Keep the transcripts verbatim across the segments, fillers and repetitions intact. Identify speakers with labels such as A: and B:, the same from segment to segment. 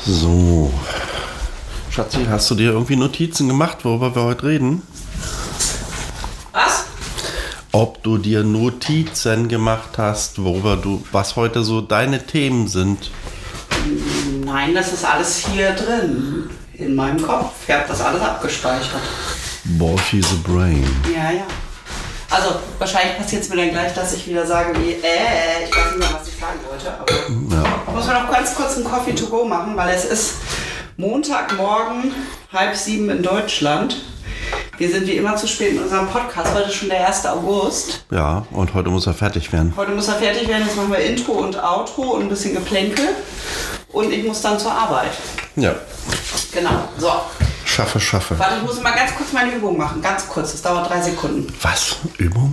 A: So. Schatzi, hast du dir irgendwie Notizen gemacht, worüber wir heute reden?
B: Was?
A: Ob du dir Notizen gemacht hast, worüber du, was heute so deine Themen sind?
B: Nein, das ist alles hier drin. In meinem Kopf. Ich habe das alles abgespeichert.
A: Boy, she's a brain.
B: Ja, ja. Also, wahrscheinlich passiert es mir dann gleich, dass ich wieder sage, wie, äh, ich weiß nicht mehr, was ich sagen wollte, aber
A: Ja.
B: muss man noch ganz kurz einen Coffee to go machen, weil es ist Montagmorgen, halb sieben in Deutschland. Wir sind wie immer zu spät mit unserem Podcast. Heute ist schon der erste August.
A: Ja, und heute muss er fertig werden.
B: Heute muss er fertig werden. Jetzt machen wir Intro und Outro und ein bisschen Geplänkel. Und ich muss dann zur Arbeit.
A: Ja.
B: Genau. So.
A: Schaffe, schaffe.
B: Warte, ich muss mal ganz kurz meine Übung machen. Ganz kurz. Das dauert drei Sekunden.
A: Was? Übung?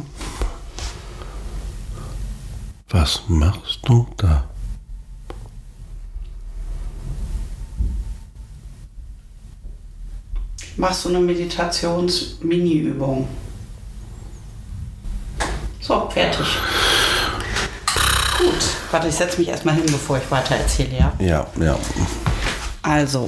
A: Was machst du da?
B: Machst du eine Meditations-Mini-Übung. So, fertig. Gut. Warte, ich setze mich erstmal hin, bevor ich weiter erzähle, ja?
A: Ja, ja.
B: Also,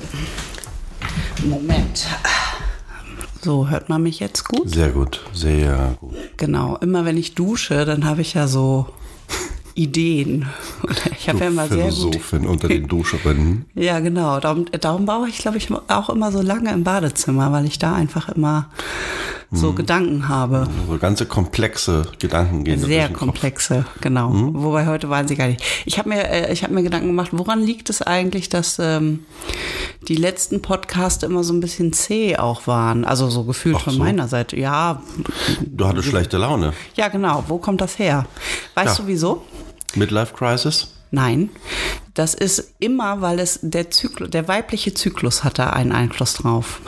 B: Moment. So, hört man mich jetzt gut?
A: Sehr gut, sehr gut.
B: Genau. Immer wenn ich dusche, dann habe ich ja so Ideen. Ich habe ja immer sehr gut...
A: Philosophin unter den Duscherinnen.
B: Ja, genau. Darum, darum baue ich, glaube ich, auch immer so lange im Badezimmer, weil ich da einfach immer so mhm. Gedanken habe.
A: So ganze komplexe Gedanken gehen.
B: Sehr komplexe, Kopf. Genau. Mhm. Wobei heute waren sie gar nicht. Ich habe mir, äh, ich habe mir Gedanken gemacht, woran liegt es eigentlich, dass ähm, die letzten Podcasts immer so ein bisschen zäh auch waren? Also so gefühlt Ach von so. meiner Seite. Ja.
A: Du hattest schlechte Laune.
B: Ja, genau. Wo kommt das her? Weißt ja. du wieso?
A: Midlife Crisis?
B: Nein, das ist immer, weil es der Zyklus, der weibliche Zyklus hat da einen Einfluss drauf.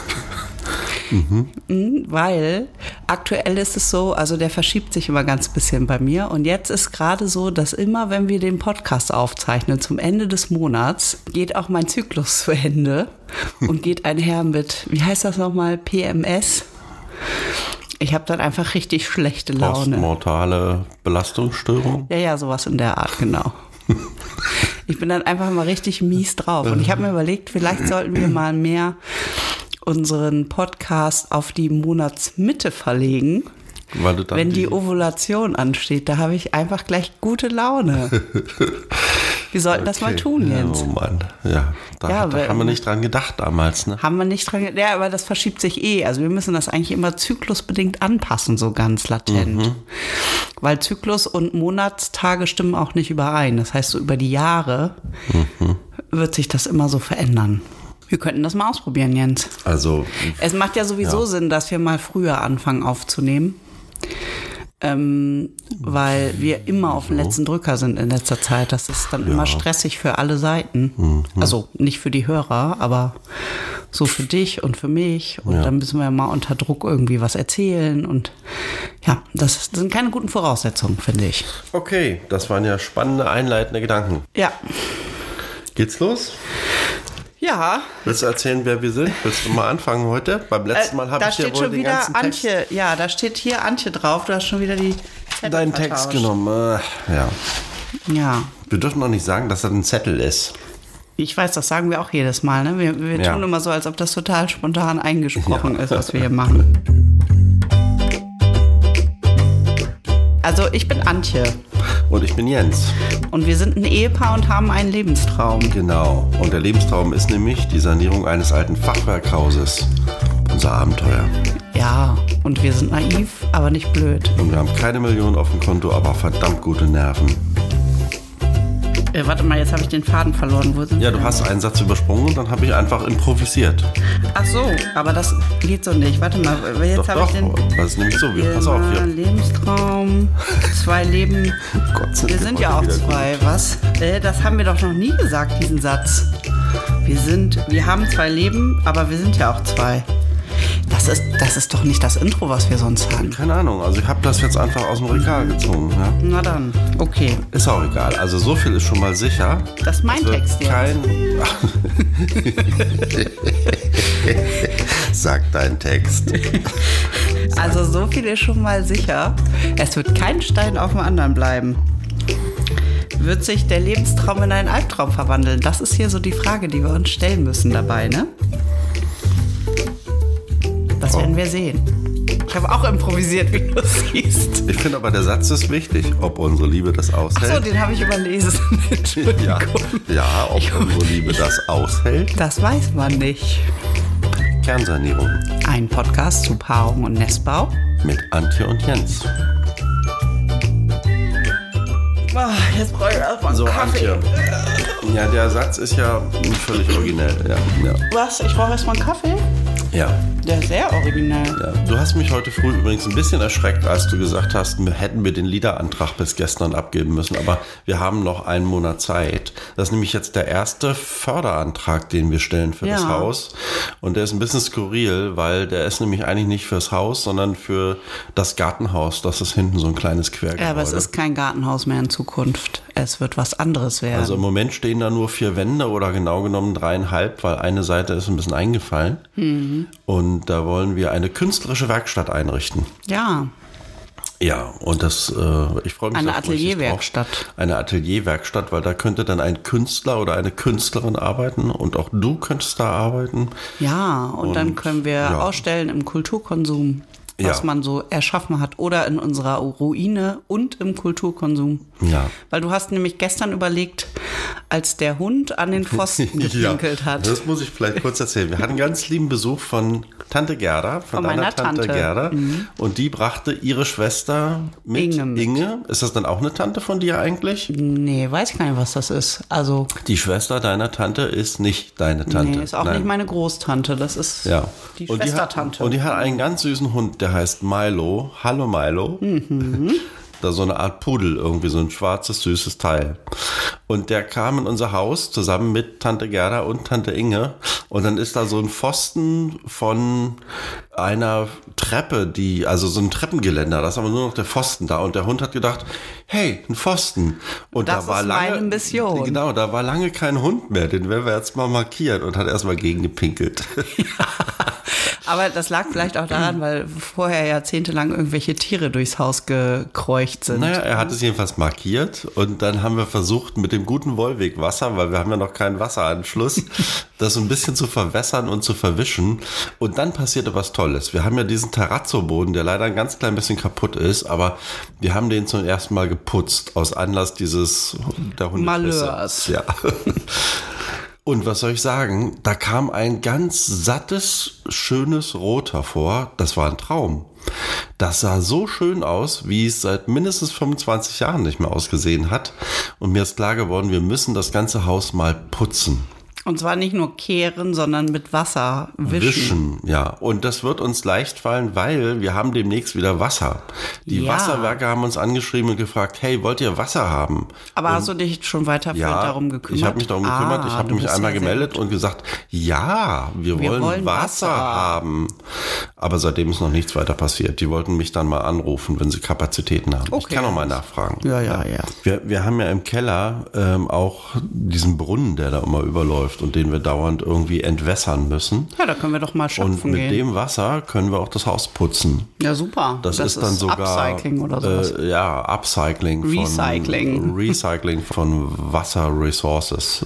B: mhm. Weil aktuell ist es so, also der verschiebt sich immer ganz bisschen bei mir und jetzt ist gerade so, dass immer, wenn wir den Podcast aufzeichnen, zum Ende des Monats, geht auch mein Zyklus zu Ende und geht einher mit, wie heißt das nochmal, P M S? Ich habe dann einfach richtig schlechte Laune.
A: Postmortale Belastungsstörung?
B: Ja, ja, sowas in der Art, genau. Ich bin dann einfach mal richtig mies drauf. Und ich habe mir überlegt, vielleicht sollten wir mal mehr unseren Podcast auf die Monatsmitte verlegen.
A: Weil du dann
B: wenn die,
A: die
B: Ovulation ansteht, da habe ich einfach gleich gute Laune. Wir sollten okay. das mal tun, Jens.
A: Ja, oh Mann, ja, da,
B: ja,
A: da
B: weil,
A: haben wir nicht dran gedacht damals, ne?
B: Haben wir nicht dran gedacht, ja, aber das verschiebt sich eh. Also wir müssen das eigentlich immer zyklusbedingt anpassen, so ganz latent. Mhm. Weil Zyklus und Monatstage stimmen auch nicht überein. Das heißt, so über die Jahre mhm. wird sich das immer so verändern. Wir könnten das mal ausprobieren, Jens.
A: Also
B: es macht ja sowieso
A: ja.
B: Sinn, dass wir mal früher anfangen aufzunehmen. Ähm, weil wir immer auf dem letzten Drücker sind in letzter Zeit. Das ist dann ja. immer stressig für alle Seiten. Mhm. Also nicht für die Hörer, aber so für dich und für mich. Und ja. dann müssen wir ja mal unter Druck irgendwie was erzählen. Und ja, das, das sind keine guten Voraussetzungen, finde ich.
A: Okay, das waren ja spannende, einleitende Gedanken.
B: Ja.
A: Geht's los?
B: Ja.
A: Willst du erzählen, wer wir sind? Willst du mal anfangen heute? Beim letzten Mal habe
B: äh,
A: ich dir wohl
B: schon
A: den
B: wieder
A: ganzen Text...
B: Antje, ja, da steht hier Antje drauf. Du hast schon wieder die Zettel
A: Deinen
B: vertauscht.
A: Text genommen. Äh, ja.
B: Ja.
A: Wir dürfen noch nicht sagen, dass das ein Zettel ist.
B: Ich weiß, das sagen wir auch jedes Mal. Ne? Wir, wir
A: ja.
B: tun immer so, als ob das total spontan eingesprochen ja. ist, was wir hier machen. Also ich bin Antje.
A: Und ich bin Jens.
B: Und wir sind ein Ehepaar und haben einen Lebenstraum.
A: Genau. Und der Lebenstraum ist nämlich die Sanierung eines alten Fachwerkhauses. Unser Abenteuer.
B: Ja, und wir sind naiv, aber nicht blöd.
A: Und wir haben keine Millionen auf dem Konto, aber verdammt gute Nerven.
B: Äh, warte mal, jetzt habe ich den Faden verloren. Wo sind
A: ja, du hast einen Satz übersprungen und dann habe ich einfach improvisiert.
B: Ach so, aber das geht so nicht. Warte mal, jetzt habe ich den...
A: Das ist nämlich so, wir, pass auf hier.
B: Lebenstraum, zwei Leben...
A: Gott, sind
B: wir
A: wir
B: sind ja auch zwei, gut. Was? Äh, das haben wir doch noch nie gesagt, diesen Satz. Wir sind, wir haben zwei Leben, aber wir sind ja auch zwei. Das ist, das ist doch nicht das Intro, was wir sonst haben.
A: Keine Ahnung, also ich habe das jetzt einfach aus dem Regal gezogen. Ja?
B: Na dann, okay.
A: Ist auch egal, also so viel ist schon mal sicher.
B: Das ist mein Text jetzt.
A: Kein... Sag deinen Text.
B: Also so viel ist schon mal sicher. Es wird kein Stein auf dem anderen bleiben. wird sich der Lebenstraum in einen Albtraum verwandeln? Das ist hier so die Frage, die wir uns stellen müssen dabei, ne? Das werden wir sehen. Ich habe auch improvisiert, wie du siehst.
A: Ich finde aber, der Satz ist wichtig, ob unsere Liebe das aushält.
B: Ach so, den habe ich überlesen. Entschuldigung.
A: Ja, ja, ob unsere Liebe das aushält.
B: Das weiß man nicht.
A: Kernsanierung.
B: Ein Podcast zu Paarung und Nestbau.
A: Mit Antje und Jens.
B: Oh, jetzt brauche ich erstmal einen
A: So,
B: Kaffee.
A: Antje. Ja, der Satz ist ja völlig originell. Ja, ja.
B: Was? Ich brauche erstmal einen Kaffee?
A: Ja.
B: Der ist sehr originell.
A: Ja. Du hast mich heute früh übrigens ein bisschen erschreckt, als du gesagt hast, wir hätten wir den Liederantrag bis gestern abgeben müssen. Aber wir haben noch einen Monat Zeit. Das ist nämlich jetzt der erste Förderantrag, den wir stellen für
B: Ja.
A: das Haus. Und der ist ein bisschen skurril, weil der ist nämlich eigentlich nicht fürs Haus, sondern für das Gartenhaus. Das ist hinten so ein kleines Quergebäude.
B: Ja, aber es ist kein Gartenhaus mehr in Zukunft. Es wird was anderes werden.
A: Also im Moment stehen da nur vier Wände oder genau genommen dreieinhalb, weil eine Seite ist ein bisschen eingefallen.
B: Mhm.
A: Und da wollen wir eine künstlerische Werkstatt einrichten.
B: Ja,
A: Ja, und das, äh, ich freue mich
B: eine
A: auch richtig
B: Atelierwerkstatt.
A: drauf. Eine Atelierwerkstatt, weil da könnte dann ein Künstler oder eine Künstlerin arbeiten und auch du könntest da arbeiten.
B: Ja, und,
A: Und,
B: dann können wir
A: ja.
B: ausstellen im Kulturkonsum, was
A: Ja.
B: man so erschaffen hat. Oder in unserer Ruine und im Kulturkonsum.
A: Ja.
B: Weil du hast nämlich gestern überlegt, als der Hund an den Pfosten gepinkelt hat.
A: Das muss ich vielleicht kurz erzählen. Wir hatten einen ganz lieben Besuch von Tante Gerda, von,
B: Von
A: deiner
B: meiner
A: Tante,
B: Tante.
A: Gerda. Und die brachte ihre Schwester mit
B: Inge mit.
A: Inge. Ist das dann auch eine Tante von dir eigentlich?
B: Nee, weiß ich gar nicht, was das ist. Also,
A: Die Schwester deiner Tante ist nicht deine Tante.
B: nee, ist auch
A: Nein.
B: nicht meine Großtante. Das ist
A: Ja.
B: die
A: und
B: Schwestertante.
A: Die hat, und die hat einen ganz süßen Hund, der heißt Milo. Hallo Milo.
B: Mhm.
A: Da so eine Art Pudel, irgendwie so ein schwarzes, süßes Teil. Und der kam in unser Haus zusammen mit Tante Gerda und Tante Inge. Und dann ist da so ein Pfosten von einer Treppe, die, also so ein Treppengeländer, da ist aber nur noch der Pfosten da. Und der Hund hat gedacht, hey, ein Pfosten. Und
B: Das
A: da war
B: ist
A: lange,
B: meine Mission.
A: Genau, da war lange kein Hund mehr. Den werden wir jetzt mal markieren und hat erstmal gegen gepinkelt.
B: Aber das lag vielleicht auch daran, weil vorher jahrzehntelang irgendwelche Tiere durchs Haus gekreucht sind.
A: Naja, er hat es jedenfalls markiert und dann haben wir versucht mit dem guten Wollweg-Wasser, weil wir haben ja noch keinen Wasseranschluss, das so ein bisschen zu verwässern und zu verwischen. Und dann passierte was Tolles. Wir haben ja diesen Terrazzo-Boden, der leider ein ganz klein bisschen kaputt ist, aber wir haben den zum ersten Mal geputzt aus Anlass dieses der Hundepisse.
B: Malheurs.
A: Ja. Und was soll ich sagen? Da kam ein ganz sattes, schönes Rot hervor. Das war ein Traum. Das sah so schön aus, wie es seit mindestens fünfundzwanzig Jahren nicht mehr ausgesehen hat. Und mir ist klar geworden, wir müssen das ganze Haus mal putzen.
B: Und zwar nicht nur kehren, sondern mit Wasser wischen.
A: Wischen, ja. Und das wird uns leicht fallen, weil wir haben demnächst wieder Wasser. Die
B: Ja.
A: Wasserwerke haben uns angeschrieben und gefragt, hey, wollt ihr Wasser haben?
B: Aber
A: und
B: hast du dich schon weiterführend
A: ja,
B: darum gekümmert?
A: ich habe mich darum gekümmert.
B: Ah,
A: ich habe
B: du
A: mich
B: bist
A: einmal
B: ja sehr
A: gemeldet
B: gut.
A: und gesagt, ja, wir,
B: Wir
A: wollen,
B: wollen
A: Wasser,
B: Wasser.
A: haben. Aber seitdem ist noch nichts weiter passiert. Die wollten mich dann mal anrufen, wenn sie Kapazitäten haben. Ich
B: Okay.
A: kann auch mal nachfragen.
B: Ja, ja, ja.
A: Wir, wir haben ja im Keller ähm, auch diesen Brunnen, der da immer überläuft und den wir dauernd irgendwie entwässern müssen.
B: Ja, da können wir doch mal
A: Und
B: schöpfen
A: mit
B: gehen.
A: dem Wasser können wir auch das Haus putzen.
B: Ja, super.
A: Das, ist dann sogar
B: Upcycling oder sowas.
A: Äh, ja, Upcycling von
B: Recycling.
A: Recycling von Wasserresources.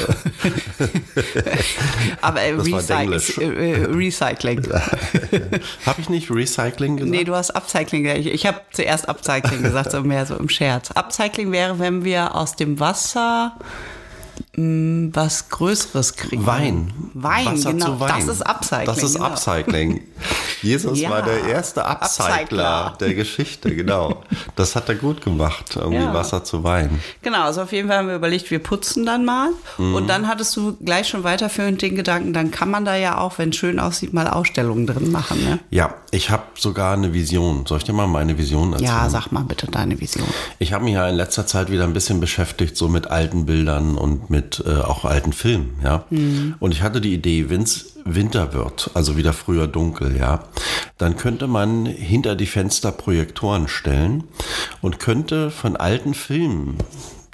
B: Aber äh,
A: das war
B: Recyc
A: Denglisch.
B: äh, äh, Recycling.
A: Habe ich nicht Recycling gesagt?
B: Nee, du hast Upcycling gesagt. Ich, ich habe zuerst Upcycling gesagt, so mehr so im Scherz. Upcycling wäre, wenn wir aus dem Wasser mh, was Größeres kriegen.
A: Wein.
B: Wein,
A: Wasser
B: genau.
A: zu Wein.
B: Das ist Upcycling.
A: Das ist
B: genau.
A: Upcycling. Jesus
B: Ja.
A: war der erste Upcycler
B: Upcycler.
A: der Geschichte, genau. Das hat er gut gemacht, irgendwie
B: Ja.
A: Wasser zu Wein.
B: Genau, also auf jeden Fall haben wir überlegt, wir putzen dann mal.
A: Mhm.
B: Und dann hattest du gleich schon weiterführend den Gedanken, dann kann man da ja auch, wenn es schön aussieht, mal Ausstellungen drin machen. Ne?
A: Ja, ich habe sogar eine Vision. Soll ich dir mal meine Vision erzählen?
B: Ja, sag mal bitte deine Vision.
A: Ich habe mich ja in letzter Zeit wieder ein bisschen beschäftigt, so mit alten Bildern und mit äh, auch alten Filmen, ja.
B: Mhm.
A: Und ich hatte die Idee, wenn es Winter wird, also wieder früher dunkel, ja, dann könnte man hinter die Fenster Projektoren stellen und könnte von alten Filmen,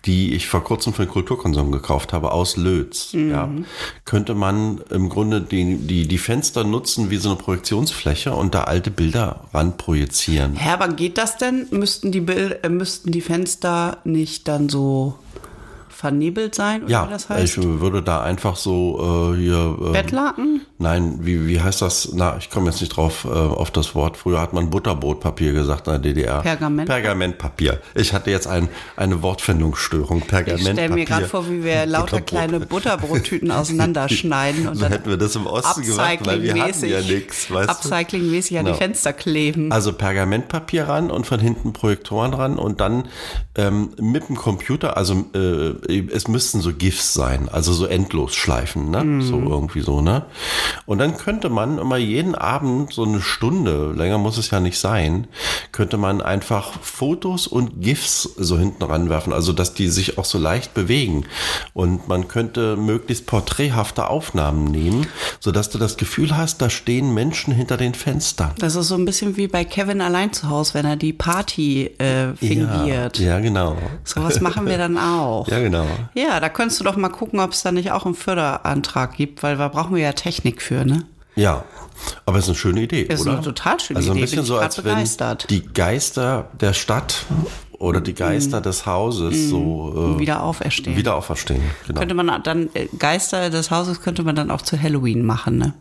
A: die ich vor kurzem für den Kulturkonsum gekauft habe, aus Lötz, mhm. ja, könnte man im Grunde die, die, die Fenster nutzen wie so eine Projektionsfläche und da alte Bilder ran projizieren.
B: Hä, aber geht das denn? Müssten die, Bild, äh, müssten die Fenster nicht dann so vernebelt sein, oder
A: ja,
B: wie das heißt?
A: Ich würde da einfach so äh, hier... Äh,
B: Bettlaken?
A: Nein, wie, wie heißt das? Na, ich komme jetzt nicht drauf äh, auf das Wort. Früher hat man Butterbrotpapier gesagt in der D D R.
B: Pergament?
A: Pergamentpapier. Ich hatte jetzt ein, eine Wortfindungsstörung. Pergamentpapier.
B: Ich stelle mir gerade vor, wie wir lauter
A: Butterbrot.
B: kleine Butterbrottüten auseinanderschneiden. Und
A: so
B: dann
A: hätten wir das im Osten gemacht, weil wir hatten ja nichts.
B: Upcycling-mäßig an
A: genau.
B: die Fenster kleben.
A: Also Pergamentpapier ran und von hinten Projektoren ran und dann ähm, mit dem Computer, also äh, es müssten so GIFs sein, also so Endlosschleifen, ne? Mm. So irgendwie so, ne? Und dann könnte man immer jeden Abend so eine Stunde, länger muss es ja nicht sein, könnte man einfach Fotos und GIFs so hinten ranwerfen, also dass die sich auch so leicht bewegen. Und man könnte möglichst porträthafte Aufnahmen nehmen, sodass du das Gefühl hast, da stehen Menschen hinter den Fenstern.
B: Das ist so ein bisschen wie bei Kevin allein zu Hause, wenn er die Party äh, fingiert.
A: Ja, ja, genau.
B: So was machen wir dann auch.
A: Ja, genau.
B: Ja, da könntest du doch mal gucken, ob es da nicht auch einen Förderantrag gibt, weil da brauchen wir ja Technik für, ne?
A: Ja, aber es ist eine schöne Idee,
B: ist
A: oder?
B: Ist eine total schöne
A: also ein
B: Idee,
A: bisschen
B: bin
A: so,
B: ich
A: als wenn
B: begeistert.
A: Die Geister der Stadt oder die Geister mm. des Hauses mm. so äh,
B: wieder auferstehen.
A: Wieder auferstehen, genau.
B: Könnte man dann, Geister des Hauses könnte man dann auch zu Halloween machen, ne?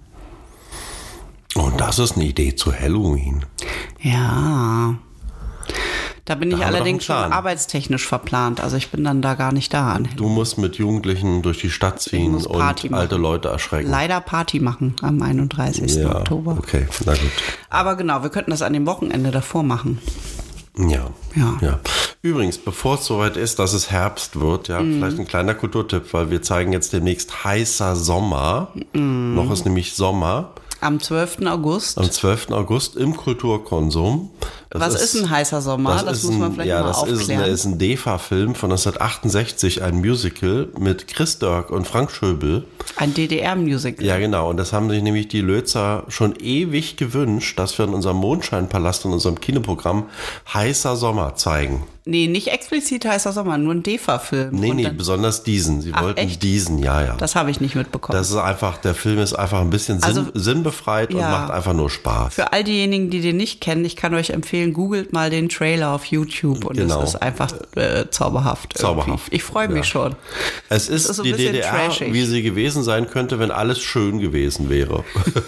A: Und das ist eine Idee zu Halloween.
B: Ja. Da bin da ich allerdings schon arbeitstechnisch verplant. Also ich bin dann da gar nicht da. An
A: du musst mit Jugendlichen durch die Stadt ziehen und
B: machen.
A: alte Leute erschrecken.
B: Leider Party machen am einunddreißigsten
A: Ja,
B: Oktober.
A: Okay, na gut.
B: Aber genau, wir könnten das an dem Wochenende davor machen.
A: Ja,
B: ja.
A: ja. Übrigens, bevor es soweit ist, dass es Herbst wird, ja, mm. vielleicht ein kleiner Kulturtipp, weil wir zeigen jetzt demnächst heißer Sommer. Mm. Noch ist nämlich Sommer.
B: Am zwölften August.
A: Am zwölften August im Kulturkonsum.
B: Das Was ist, ist ein heißer Sommer? Das, das muss man vielleicht
A: ja,
B: mal aufklären.
A: Ja, das ist ein D E F A-Film von neunzehnhundertachtundsechzig, ein Musical mit Chris Dörk und Frank Schöbel.
B: Ein D D R-Musical.
A: Ja, genau. Und das haben sich nämlich die Lötzer schon ewig gewünscht, dass wir in unserem Mondscheinpalast, in unserem Kinoprogramm heißer Sommer zeigen.
B: Nee, nicht explizit heißer Sommer, nur ein D E F A-Film.
A: Nee, nee, besonders diesen. Sie
B: Ach,
A: wollten
B: echt?
A: diesen, ja, ja.
B: Das habe ich nicht mitbekommen.
A: Das ist einfach, der Film ist einfach ein bisschen sinn,
B: also,
A: sinnbefreit
B: ja.
A: und macht einfach nur Spaß.
B: Für all diejenigen, die den nicht kennen, ich kann euch empfehlen, googelt mal den Trailer auf YouTube und genau. es ist einfach äh, zauberhaft.
A: Zauberhaft.
B: Irgendwie. Ich freue mich ja. schon.
A: Es ist, ist so die D D R, trashig. Wie sie gewesen sein könnte, wenn alles schön gewesen wäre.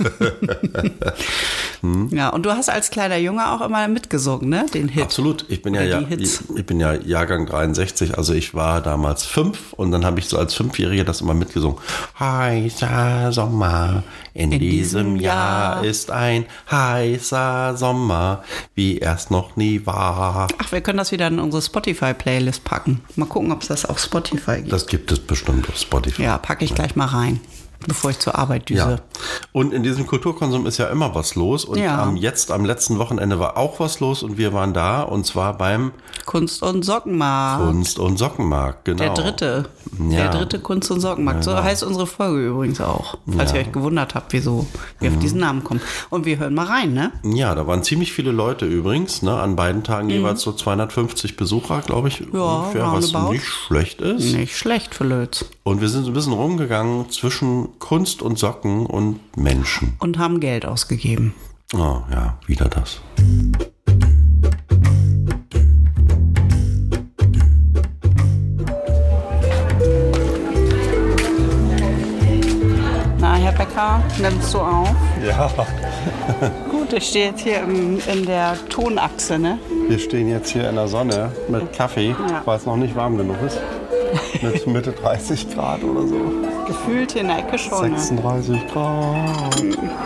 B: hm? Ja, und du hast als kleiner Junge auch immer mitgesungen, ne? Den Hit.
A: Absolut. Ich bin ja, ja ich bin ja Jahrgang dreiundsechzig, also ich war damals fünf und dann habe ich so als Fünfjähriger das immer mitgesungen. Heißer Sommer, in, in diesem Jahr, Jahr ist ein heißer Sommer, wie erst noch nie war.
B: Ach, wir können das wieder in unsere Spotify-Playlist packen. Mal gucken, ob es das auf Spotify gibt.
A: Das gibt es bestimmt auf Spotify.
B: Ja, packe ich gleich mal rein, bevor ich zur Arbeit düse.
A: Ja. Und in diesem Kulturkonsum ist ja immer was los. Und
B: ja.
A: am, jetzt am letzten Wochenende war auch was los und wir waren da und zwar beim
B: Kunst- und Sockenmarkt.
A: Kunst- und Sockenmarkt, genau.
B: Der dritte.
A: Ja.
B: Der dritte Kunst- und Sockenmarkt.
A: Ja.
B: So heißt unsere Folge übrigens auch. Falls
A: ja.
B: ihr euch gewundert habt, wieso wir mhm. auf diesen Namen kommen. Und wir hören mal rein, ne?
A: Ja, da waren ziemlich viele Leute übrigens. Ne? An beiden Tagen mhm. jeweils so zweihundertfünfzig Besucher, glaube ich.
B: Ja,
A: ungefähr, was nicht schlecht ist.
B: Nicht schlecht für Lötz.
A: Und wir sind so ein bisschen rumgegangen zwischen Kunst und Socken und Menschen.
B: Und haben Geld ausgegeben.
A: Oh ja, wieder das.
B: Na, Herr Becker, nimmst du auf?
A: Ja.
B: Gut, ich stehe jetzt hier im, in der Tonachse, ne?
A: Wir stehen jetzt hier in der Sonne mit Kaffee, ja. weil es noch nicht warm genug ist. Mit Mitte dreißig Grad oder so.
B: Gefühlt hier in der Ecke schon.
A: sechsunddreißig ne? Grad.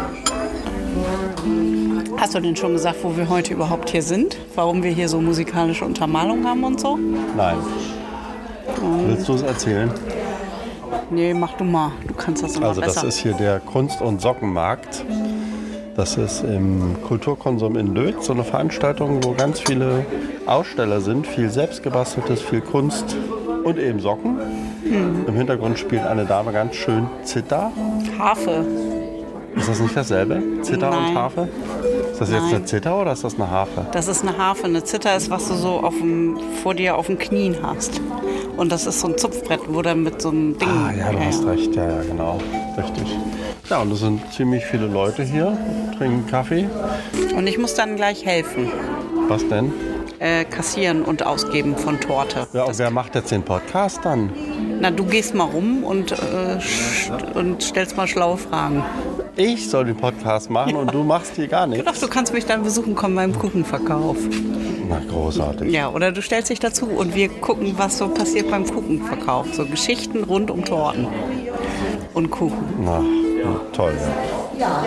B: Hast du denn schon gesagt, wo wir heute überhaupt hier sind? Warum wir hier so musikalische Untermalung haben und so?
A: Nein.
B: Und
A: willst du es erzählen?
B: Nee, mach du mal. Du kannst das immer
A: also
B: besser.
A: Also das ist hier der Kunst- und Sockenmarkt. Das ist im Kulturkonsum in Lötz, so eine Veranstaltung, wo ganz viele Aussteller sind. Viel selbstgebasteltes, viel Kunst und eben Socken. Hm. Im Hintergrund spielt eine Dame ganz schön Zither.
B: Harfe.
A: Ist das nicht dasselbe? Zither
B: Nein.
A: und Harfe? Ist das jetzt
B: Nein.
A: eine Zither oder ist das eine Harfe?
B: Das ist eine Harfe. Eine Zither ist, was du so auf dem, vor dir auf den Knien hast. Und das ist so ein Zupfbrett, wo dann mit so einem Ding...
A: Ah, ja, du hast recht. Ja, ja, genau. Richtig. Ja, und es sind ziemlich viele Leute hier, trinken Kaffee.
B: Und ich muss dann gleich helfen.
A: Was denn?
B: Äh, kassieren und ausgeben von Torte.
A: Ja, und wer macht jetzt den Podcast dann?
B: Na, du gehst mal rum und, äh, und stellst mal schlaue Fragen.
A: Ich soll den Podcast machen und du machst hier gar nichts?
B: Doch, du kannst mich dann besuchen kommen beim Kuchenverkauf.
A: Na, großartig.
B: Ja, oder du stellst dich dazu und wir gucken, was so passiert beim Kuchenverkauf. So Geschichten rund um Torten und Kuchen.
A: Na, toll. Ja.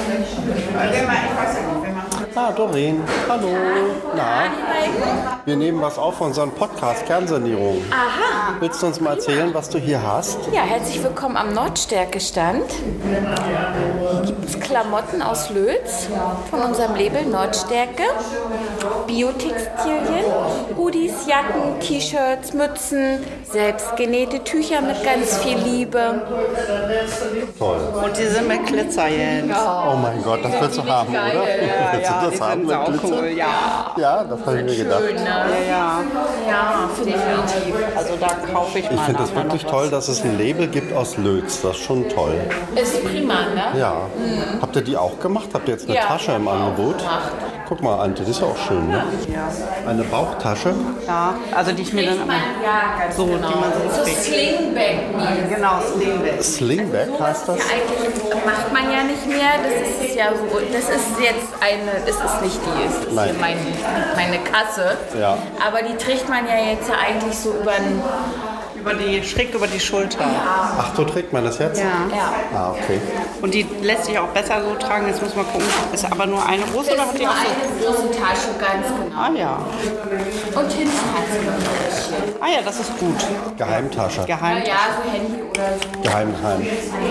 A: Ah, Doreen, hallo. Na, wir nehmen was auf von unserem Podcast Kernsanierung.
C: Aha.
A: Willst du uns mal erzählen, was du hier hast?
C: Ja, herzlich willkommen am Nordstärke-Stand. Hier gibt es Klamotten aus Lötz von unserem Label Nordstärke. Biotextilien, Hoodies, Jacken, T-Shirts, Mützen, selbstgenähte Tücher mit ganz viel Liebe.
A: Toll.
B: Und die sind mit Glitzer jetzt.
A: Oh mein Gott, das willst du haben, oder?
B: Ja,
A: Willst du das haben mit Glitzer?
B: cool, ja.
A: Ja, das habe ich mir gedacht.
C: Schön, ne?
B: Ja, ja.
C: Ja,
B: Definitiv. Also da kaufe ich mal.
A: Ich finde das
B: nachher
A: wirklich
B: noch
A: toll,
B: was.
A: dass es ein Label gibt aus Lötz. Das ist schon toll.
C: ist prima, ne?
A: Ja. Habt ihr die auch gemacht? Habt ihr jetzt eine
C: Ja,
A: Tasche im
C: haben wir auch
A: Angebot?
C: gemacht.
A: Guck mal, Antje, das ist ja auch schön, ne? Eine Bauchtasche.
B: Ja, also die ich mir dann immer...
C: Ja, ganz
B: So, die
C: genau.
B: man so
C: so
B: trägt.
C: Slingback-mäßig.
B: Genau, Slingback.
A: Slingback heißt das?
C: Ja, eigentlich macht man ja nicht mehr. Das ist es ja so. Das ist jetzt eine. Das ist nicht die. Das ist
A: Nein.
C: hier mein, meine Kasse.
A: Ja.
C: Aber die trägt man ja jetzt ja eigentlich so über ein.
B: Über die, schräg über die Schulter.
A: Ach, so trägt man das jetzt?
B: Ja.
C: Ja.
A: Ah, okay.
B: Und die lässt sich auch besser so tragen. Jetzt muss man gucken, ist aber nur eine große
C: Das
B: oder hat
C: ist
B: die
C: nur
B: auch so?
C: eine große Tasche, ganz genau.
B: Ah ja.
C: Und hinten hat sie noch ein bisschen.
B: Ah ja, das ist gut.
A: Geheimtasche.
B: Geheim.
C: Ja, so Handy oder so.
A: Geheim, geheim.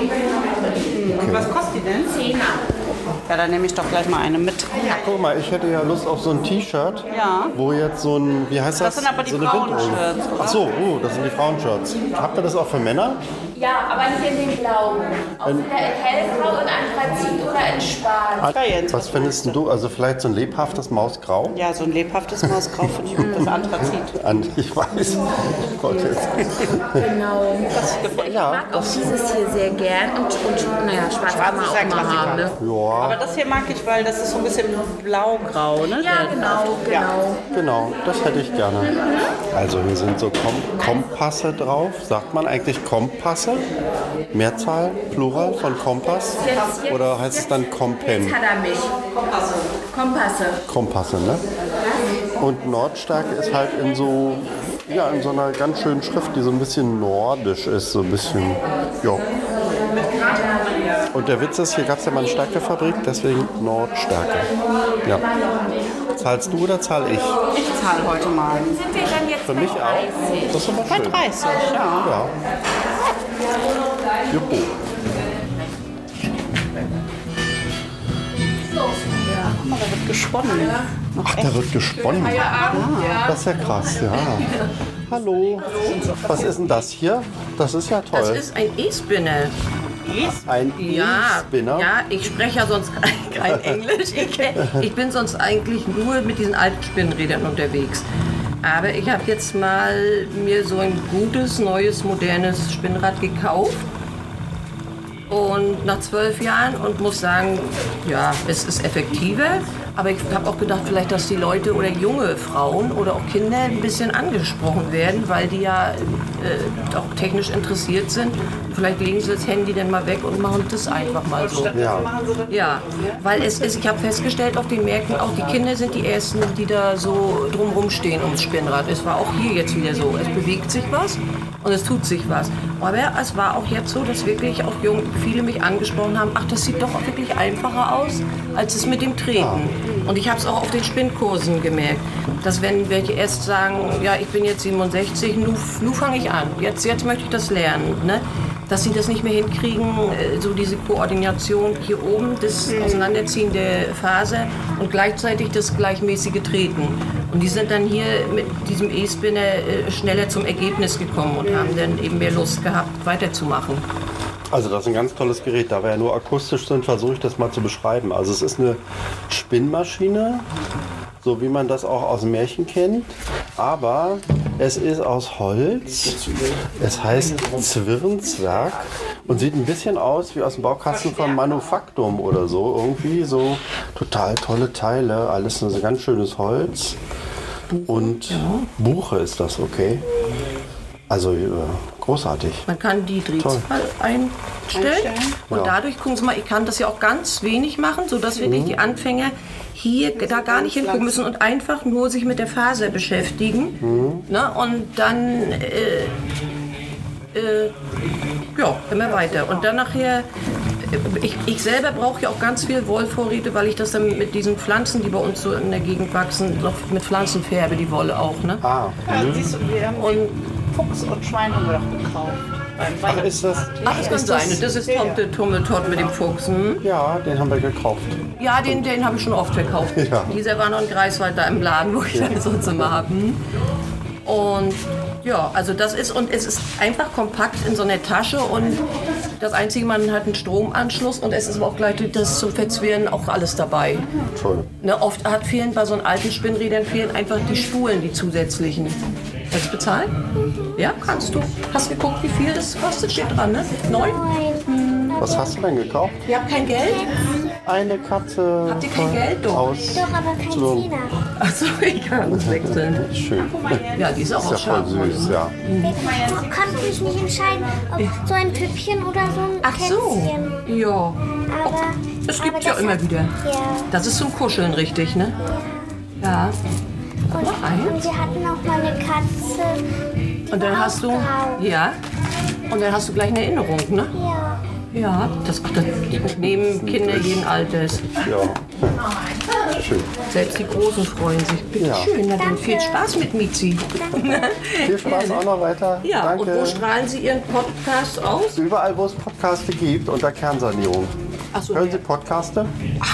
B: Und was kostet die denn?
C: Zehner.
B: Ja, dann nehme ich doch gleich mal eine mit.
A: Guck mal, ich hätte ja Lust auf so ein T-Shirt,
B: Ja.
A: wo jetzt so ein, wie heißt das?
B: Das sind aber die
A: so eine
B: Frauenshirts,
A: Windung.
B: oder?
A: Ach so, oh, das sind die Frauenshirts. Habt ihr das auch für Männer?
C: Ja, aber nicht in den blauen. Auch wieder in hellgrau, in Anthrazit oder in schwarz.
B: Ja, Jens.
A: Was findest denn du? Also vielleicht so ein lebhaftes Mausgrau?
B: Ja, so ein lebhaftes Mausgrau finde ich gut. Das Anthrazit.
A: An, ich weiß. Oh Gott, jetzt.
C: Genau.
A: Ja,
C: Ich mag auch dieses hier sehr gern. Und, und naja, schwarz kann man
B: ist ein
C: auch mal
B: Klassiker.
C: haben. Ne?
B: Aber
A: Ja,
B: das hier mag ich, weil das ist so ein bisschen blau-grau, ne?
C: Ja, genau, genau.
A: genau, das hätte ich gerne. Also hier sind so Kom Kompasse drauf. Sagt man eigentlich Kompasse? Mehrzahl, Plural von Kompass?
C: Jetzt- jetzt-
A: Oder heißt es dann Kompen?
C: Jetzt hat er mich. Kompasse.
A: Kompasse, ne? Und Nordstärke ist halt in so, ja, in so einer ganz schönen Schrift, die so ein bisschen nordisch ist, so ein bisschen, ja. Und der Witz ist, hier gab es ja mal eine Stärkefabrik, deswegen Nordstärke. Ja. Zahlst du oder zahl ich?
B: Ich zahle heute mal.
C: Sind wir dann jetzt
A: Für mich auch? Das ist aber
B: Bei
A: schön.
B: dreißig, ja.
A: Ja. Juppie.
B: Guck mal, da wird gesponnen. Noch
A: Ach, da wird gesponnen. Das ist ja krass, ja. Hallo. Was ist denn das hier? Das ist ja toll.
D: Das ist ein E-Spinner.
A: Ein
D: Ja,
A: E-Spinner.
D: ja, ich spreche ja sonst kein, kein Englisch. Ich, ich bin sonst eigentlich nur mit diesen alten Spinnrädern unterwegs. Aber ich habe jetzt mal mir so ein gutes, neues, modernes Spinnrad gekauft. Und nach zwölf Jahren und muss sagen, ja, es ist effektiver. Aber ich habe auch gedacht, vielleicht, dass die Leute oder junge Frauen oder auch Kinder ein bisschen angesprochen werden, weil die ja äh, auch technisch interessiert sind. Vielleicht legen sie das Handy dann mal weg und machen das einfach mal so.
A: Ja.
D: Ja, weil es ist, ich habe festgestellt auf den Märkten, auch die Kinder sind die Ersten, die da so drumherum stehen ums Spinnrad. Es war auch hier jetzt wieder so. Es bewegt sich was und es tut sich was. Aber es war auch jetzt so, dass wirklich auch jung, viele mich angesprochen haben, ach, das sieht doch auch wirklich einfacher aus, als es mit dem Treten. Und ich habe es auch auf den Spinnkursen gemerkt, dass wenn welche erst sagen, ja, ich bin jetzt siebenundsechzig, nu, nu fange ich an, jetzt, jetzt möchte ich das lernen, ne? Dass sie das nicht mehr hinkriegen, äh, so diese Koordination hier oben, das Auseinanderziehen der Faser und gleichzeitig das gleichmäßige Treten. Und die sind dann hier mit diesem E-Spinner äh, schneller zum Ergebnis gekommen und haben dann eben mehr Lust gehabt, weiterzumachen.
A: Also das ist ein ganz tolles Gerät. Da wir ja nur akustisch sind, versuche ich das mal zu beschreiben. Also es ist eine Spinnmaschine, so wie man das auch aus dem Märchen kennt. Aber Es ist aus Holz. Es heißt Zwirnzwerg und sieht ein bisschen aus wie aus dem Baukasten von Manufaktum oder so. Irgendwie so total tolle Teile. Alles so ganz schönes Holz. Und Buche ist das, okay? Also äh, großartig.
D: Man kann die Drehzahl einstellen.
B: Einstellen.
D: Und
A: Ja.
D: dadurch, gucken Sie mal, ich kann das ja auch ganz wenig machen, sodass wirklich die Anfänger hier da gar nicht hingucken müssen und einfach nur sich mit der Faser beschäftigen. Ne? Und dann, äh, äh, ja, immer weiter. Und dann nachher, äh, ich, ich selber brauche ja auch ganz viel Wollvorräte, weil ich das dann mit diesen Pflanzen, die bei uns so in der Gegend wachsen, noch mit Pflanzen färbe, die Wolle auch. Ne?
A: Ah,
B: Ja, siehst du, wir haben
D: Und
B: Fuchs und Schwein haben wir doch gekauft. Beim
A: ach, ist das?
D: Ach, das kann sein. Das ist Tomte Tummeltott mit dem Fuchs. Hm?
A: Ja, den haben wir gekauft.
D: Ja, den, den habe ich schon oft verkauft.
A: Ja.
D: Dieser war noch in Greifswald da im Laden, wo ich dann so Zimmer habe. Und ja, also das ist, und es ist einfach kompakt in so einer Tasche und das Einzige, man hat einen Stromanschluss und es ist aber auch gleich das zum Verzwirren auch alles dabei.
A: Toll.
D: Ne, oft hat fehlen bei so einen alten Spinnrädern fehlen einfach die Spulen, die zusätzlichen. Willst du bezahlen? Ja, kannst du. Hast du geguckt, wie viel das kostet? Steht dran, ne? Neun?
A: Was hast du denn gekauft?
D: Ihr habt kein Geld?
A: Eine Katze
D: Habt ihr kein Geld, doch?
A: aus.
E: Doch, aber kein
A: So.
E: Zehner.
D: Achso, ich kann uns wechseln.
A: Schön.
D: Ja, die ist auch
A: Ist ja
D: aus
A: voll süß, ja.
E: Ich konnte mich nicht entscheiden, ob so ein Püppchen oder so ein
D: Ach so.
E: Kätzchen.
D: Ja.
E: Aber,
D: Es
E: aber
D: gibt ja
E: das
D: immer
E: hat-
D: wieder.
E: Ja.
D: Das ist zum Kuscheln richtig, ne? Ja.
E: Und,
D: Noch eins?
E: und wir hatten auch mal eine Katze. Die
D: Und dann
E: war
D: hast du.
E: aufgeraucht.
D: Ja. Und dann hast du gleich eine Erinnerung, ne?
E: Ja.
D: Ja. Das, das nehmen Kinder jeden Alters.
A: Ja. Schön.
D: Selbst die Großen freuen sich. Bitte
A: Ja.
D: schön. Na dann
E: Danke.
D: viel Spaß mit Mizi.
A: Viel Spaß auch noch weiter.
D: Ja.
A: Danke.
D: Und wo strahlen Sie Ihren Podcast aus?
A: Überall, wo es Podcaste gibt, unter Kernsanierung.
D: Ach so,
A: Hören
D: ja.
A: Sie Podcaste?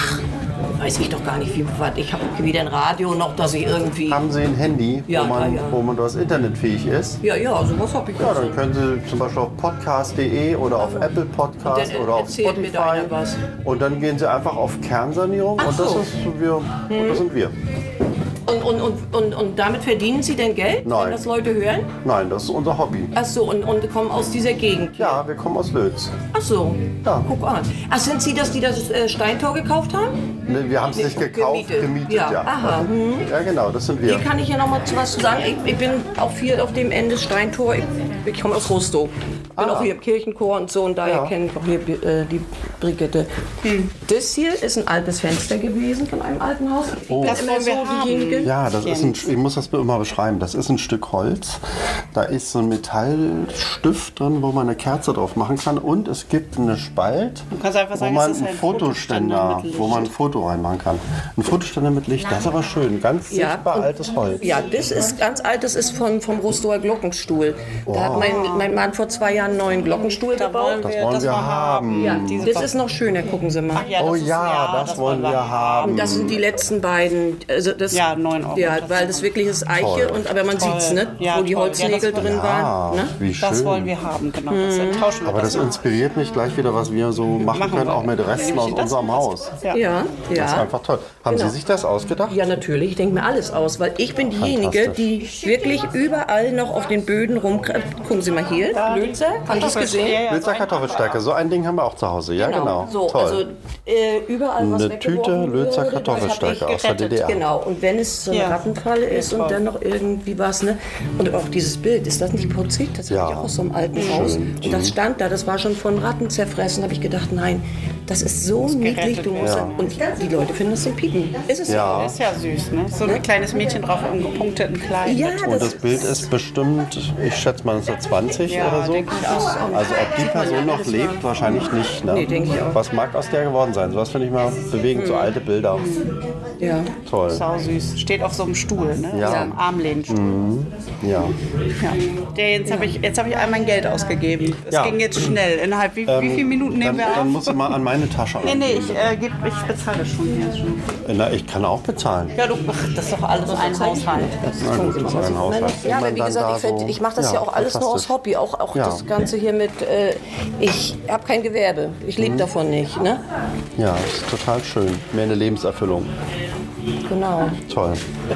D: Weiß ich doch gar nicht, wie weit. Ich habe weder ein Radio noch, dass ich irgendwie.
A: Haben Sie ein Handy,
D: Ja,
A: wo, man,
D: ja, ja.
A: wo man das internetfähig ist?
D: Ja, ja, sowas habe ich
A: Ja,
D: auch.
A: dann können Sie zum Beispiel auf podcast punkt de oder auf Apple Podcast
D: Und dann
A: oder auf
D: erzählt mir da
A: Spotify.
D: einer was.
A: Und dann gehen Sie einfach auf Kernsanierung
D: Ach
A: und das,
D: so.
A: ist wir, und das sind wir.
D: Und, und, und, und, und damit verdienen Sie denn Geld,
A: Nein.
D: wenn das Leute hören?
A: Nein, das ist unser Hobby.
D: Ach so, und, und kommen aus dieser Gegend?
A: Ja, wir kommen aus Lötz.
D: Ach so,
A: Ja.
D: guck an. Ach, sind Sie das, die das äh, Steintor gekauft haben?
A: Ne, wir haben es
D: Nee,
A: nicht gekauft,
D: gemietet.
A: gemietet,
D: Ja,
A: ja.
D: aha,
A: Ja, genau, das sind
D: Hier
A: wir.
D: kann ich ja noch mal zu was zu sagen. Ich, ich bin auch viel auf dem Ende des Steintor. Ich, ich komme aus Rostow. Ich bin
A: Ah.
D: auch hier im Kirchenchor und so und daher
A: Ja.
D: kenne ich auch hier äh, die Brigitte. Das hier ist ein altes Fenster gewesen von einem alten Haus. Ich bin
B: Das
D: immer
B: wollen
D: so
B: wir haben.
D: diejenige.
A: Ja, das ist ein, ich muss das immer beschreiben. Das ist ein Stück Holz. Da ist so ein Metallstift drin, wo man eine Kerze drauf machen kann. Und es gibt eine Spalt,
B: kannst einfach sagen,
A: wo man
B: es ist
A: einen
B: ein
A: Fotoständer,
B: Fotoständer mit Licht.
A: wo man ein Foto reinmachen kann. Ein Fotoständer mit Licht, das ist aber schön. Ganz
D: Ja,
A: sichtbar
D: und-
A: altes Holz.
D: Ja, das ist ganz alt, das ist von, vom Rostower Glockenstuhl. Da hat mein, mein Mann vor zwei Jahren einen neuen Glockenstuhl gebaut.
A: Das wollen wir
B: mal
A: haben.
D: Ja,
B: Diese
D: das ist noch schöner, gucken Sie mal.
B: Ja,
A: Oh
B: das ist-
A: ja, das wollen wir haben.
D: Und das sind die letzten beiden. Also das,
B: Ja, neun Euro.
D: Ja, weil das wirklich ist Eiche,
A: Toll.
D: und, aber man sieht es, ne?
B: Ja,
D: wo die
B: toll.
D: Holznägel
B: Ja, das war-
D: drin
A: Ja,
D: waren. Ne?
A: wie schön.
B: Das wollen wir haben, genau. Das tauschen wir
A: Aber das inspiriert mich gleich wieder, was wir so machen
B: Machen
A: können,
B: wir.
A: auch mit Resten aus
B: Nämlich das
A: unserem
B: und das.
A: Haus.
B: Ja.
D: Ja,
A: Das ist
D: ja.
A: einfach toll. Haben
D: Genau.
A: Sie sich das ausgedacht?
D: Ja, natürlich. Ich denke mir alles aus, weil ich bin diejenige, die wirklich überall noch auf den Böden rum. Gucken Sie mal hier, Lötzer, haben Sie es gesehen?
B: Ja, ja,
A: Lötzer Kartoffelstärke, so ein Ding haben wir auch zu Hause. Ja, genau.
D: So,
A: Toll.
D: also äh, überall was
A: Eine
D: weggeworfen
A: Tüte
D: wurde,
A: Lötzer
D: das
A: Kartoffelstärke
D: hab ich
A: aus der
D: gerettet.
A: D D R.
D: Genau, und wenn es so eine
B: Ja.
D: Rattenfalle ist und dann noch irgendwie was, ne? Und auch dieses Bild, ist das nicht putzig? Das
A: Ja.
D: habe ich auch aus so einem alten Haus. Und das stand da, das war schon von Ratten zerfressen. Da habe ich gedacht, nein, das ist so niedlich. Du musst
A: werden.
D: Und die Leute finden das zum Piepen. Ist es
A: Ja.
B: Das ist ja süß, ne? So ein kleines Mädchen drauf im gepunkteten Kleid.
D: Ja,
B: mit-
A: Und das Bild ist bestimmt, ich schätze mal neunzehnhundertzwanzig
B: Ja,
A: oder so.
B: denke ich auch.
A: Also ob die Person noch lebt, wahrscheinlich nicht. Ne?
D: Nee, denke ich auch.
A: Was mag aus der geworden sein? Sowas finde ich mal bewegend, so alte Bilder.
D: Ja.
A: Toll.
B: Sau süß. Steht auf so einem Stuhl, ne?
A: Ja.
B: Auf so einem Armlehnstuhl.
A: Ja.
B: Ja. Der, jetzt habe ich, jetzt hab ich all mein Geld ausgegeben. Es
A: Ja.
B: ging jetzt schnell. Innerhalb wie, wie viele Minuten
A: Dann,
B: nehmen wir
A: dann
B: auf?
A: musst du mal an meine Tasche
B: Nee, nee,
A: angehen,
B: ich, äh, geb, ich bezahle schon. Hier schon.
A: bitte. Na, ich kann auch bezahlen.
B: Ja, du, ach, das ist doch alles ein Haushalt.
A: Na gut, das ist ein Haushalt.
D: Ja, aber
A: Wenn
D: wie
A: man
D: gesagt,
A: dann
D: ich,
A: da
D: fänd-
A: so-
D: ich mache das ja, auch alles nur aus
A: fantastisch.
D: Hobby. Auch, auch
A: Ja.
D: das Ganze hier mit, äh, ich habe kein Gewerbe. Ich lebe davon nicht. Ne?
A: Ja, ist total schön. Mehr eine Lebenserfüllung.
D: Genau.
A: Toll.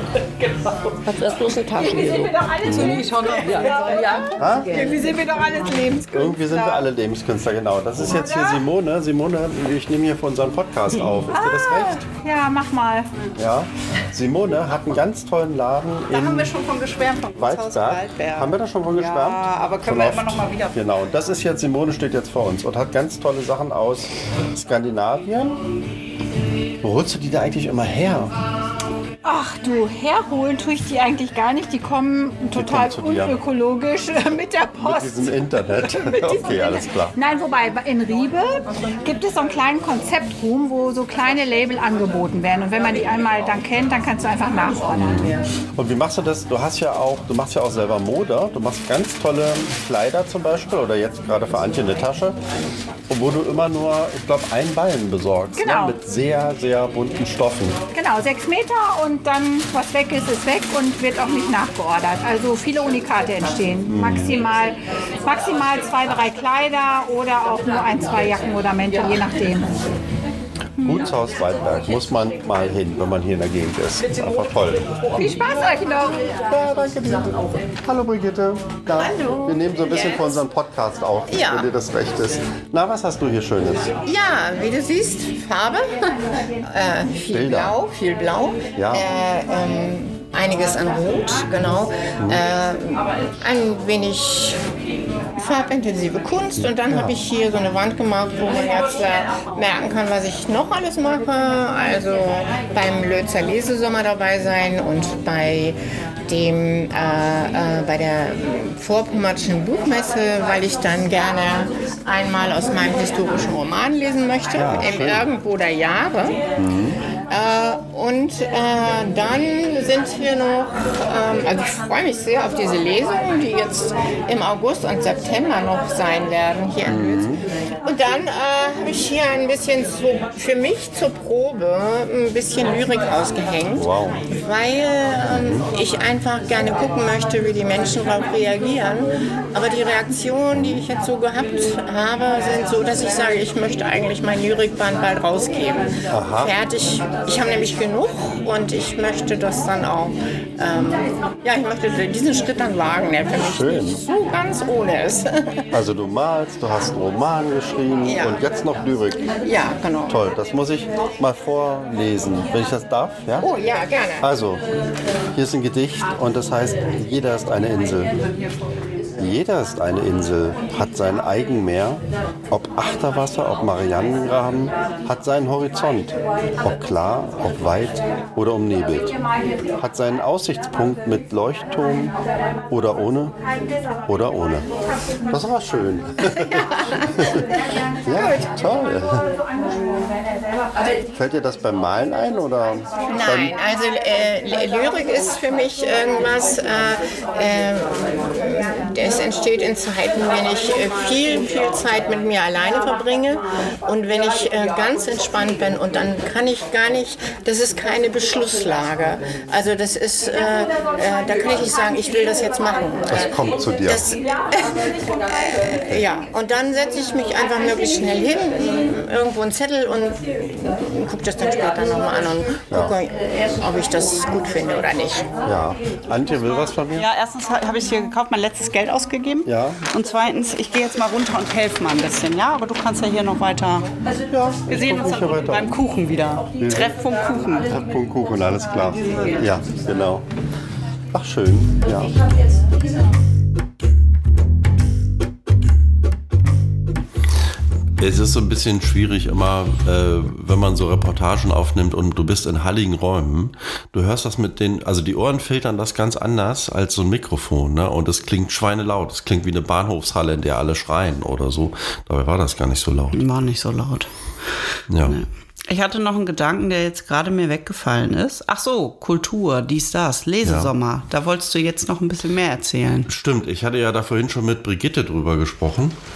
D: Das ist bloß eine Tasche hier. So.
F: Irgendwie schon noch. Ja.
A: Ha?
F: Irgendwie sind wir doch alles Lebenskünstler.
A: Irgendwie sind wir alle Lebenskünstler, genau. Das ist jetzt hier Simone. Simone, ich nehme hier für unseren Podcast auf. Ist dir das recht?
F: Ja, mach mal.
A: Ja. Simone hat einen ganz tollen Laden
F: Da
A: in
F: haben wir schon von geschwärmt, vom Gutshaus
A: Waldberg.
F: Waldberg.
A: Haben wir da schon von geschwärmt?
F: Ja, aber können
A: Schon
F: wir
A: oft.
F: immer noch mal wieder.
A: Genau, und das ist jetzt, Simone steht jetzt vor uns und hat ganz tolle Sachen aus Skandinavien. Wo holst du die da eigentlich immer her?
F: Ach du, herholen tue ich die eigentlich gar nicht. Die kommen total
A: kommen zu dir.
F: unökologisch mit der
A: Mit
F: Post.
A: diesem Internet.
F: Mit diesem
A: Okay, alles klar.
F: Nein, wobei in Riebe gibt es so einen kleinen Konzeptroom, wo so kleine Label angeboten werden. Und wenn man die einmal dann kennt, dann kannst du einfach nachordern.
A: Und wie machst du das? Du hast ja auch, du machst ja auch selber Mode. Du machst ganz tolle Kleider zum Beispiel oder jetzt gerade für Antje eine Tasche, wo du immer nur, ich glaube, einen Ballen besorgst.
F: Genau.
A: Ne? Mit sehr, sehr bunten Stoffen.
F: Genau, sechs Meter und dann, was weg ist, ist weg und wird auch nicht nachgeordert. Also viele Unikate entstehen. Maximal, maximal zwei, drei Kleider oder auch nur ein, zwei Jacken oder Mäntel, je nachdem.
A: Gutshaus Waldberg muss man mal hin, wenn man hier in der Gegend ist. Ist einfach toll.
F: Viel Spaß euch noch!
A: Ja, danke dir. Hallo Brigitte. Na,
G: Hallo.
A: Wir nehmen so ein bisschen für unseren Podcast auf,
G: Ja.
A: wenn dir das recht ist. Na, was hast du hier Schönes?
G: Ja, wie du siehst, Farbe, äh, viel
A: Bilder.
G: Blau, viel Blau,
A: Ja.
G: äh, ähm, einiges an Rot, genau, äh, ein wenig farbintensive Kunst und dann habe ich hier so eine Wand gemacht, wo man jetzt äh, merken kann, was ich noch alles mache. Also beim Lötzer Lesesommer dabei sein und bei dem, äh, äh, bei der Vorpommerschen Buchmesse, weil ich dann gerne einmal aus meinem historischen Roman lesen möchte,
A: Ja,
G: im
A: schön.
G: Irgendwo der Jahre. Äh, und äh, dann sind wir noch, ähm, also ich freue mich sehr auf diese Lesungen, die jetzt im August und September noch sein werden hier in Lütz. Und dann äh, habe ich hier ein bisschen zu, für mich zur Probe ein bisschen Lyrik ausgehängt,
A: Wow.
G: weil ähm, ich einfach gerne gucken möchte, wie die Menschen darauf reagieren. Aber die Reaktionen, die ich jetzt so gehabt habe, sind so, dass ich sage, ich möchte eigentlich mein Lyrikband bald rausgeben.
A: Aha.
G: Fertig. Ich habe nämlich genug und ich möchte das dann auch, ähm, ja, ich möchte diesen Schritt dann wagen, der für mich
A: Schön.
G: nicht so ganz ohne ist.
A: Also du malst, du hast einen Roman geschrieben
G: Ja.
A: und jetzt noch Lyrik.
G: Ja, genau.
A: Toll, das muss ich mal vorlesen, wenn ich das darf. Ja?
G: Oh ja, gerne.
A: Also, hier ist ein Gedicht und das heißt, jeder ist eine Insel. Jeder ist eine Insel, hat sein Eigenmeer, ob Achterwasser, ob Marianengraben, hat seinen Horizont, ob klar, ob weit oder umnebelt, hat seinen Aussichtspunkt mit Leuchtturm oder ohne oder ohne. Das war schön. Ja, toll. Fällt dir das beim Malen ein oder?
G: Nein, also äh, Lyrik ist für mich irgendwas, äh, äh, es entsteht in Zeiten, wenn ich äh, viel, viel Zeit mit mir alleine verbringe und wenn ich äh, ganz entspannt bin und dann kann ich gar nicht, das ist keine Beschlusslage. Also das ist, äh, äh, da kann ich nicht sagen, ich will das jetzt machen.
A: Das kommt zu dir.
G: Das, äh, ja, und dann setze ich mich einfach möglichst schnell hin, irgendwo einen Zettel und gucke das dann später nochmal an und gucke, ob ich das gut finde oder nicht.
A: Ja, Antje will was von mir?
B: Ja, erstens habe ich hier gekauft, mein letztes Geld ausgegeben.
A: Ja.
B: Und zweitens, ich gehe jetzt mal runter und helfe mal ein bisschen. Ja, aber du kannst ja hier noch weiter.
A: Ja,
B: Wir sehen uns
A: mich
B: dann
A: hier
B: unten
A: weiter.
B: beim Kuchen wieder. Treffpunkt Kuchen.
A: Punkt Kuchen, alles klar. Ja, genau. Ach, schön. Ja. Es ist so ein bisschen schwierig immer, äh, wenn man so Reportagen aufnimmt und du bist in halligen Räumen. Du hörst das mit den, also die Ohren filtern das ganz anders als so ein Mikrofon, ne? Und es klingt schweinelaut. Es klingt wie eine Bahnhofshalle, in der alle schreien oder so. Dabei war das gar nicht so laut.
B: War nicht so laut.
A: Ja.
B: Ich hatte noch einen Gedanken, der jetzt gerade mir weggefallen ist. Ach so, Kultur, dies, das, Lesesommer. Da wolltest du jetzt noch ein bisschen mehr erzählen.
A: Stimmt, ich hatte ja da vorhin schon mit Brigitte drüber gesprochen.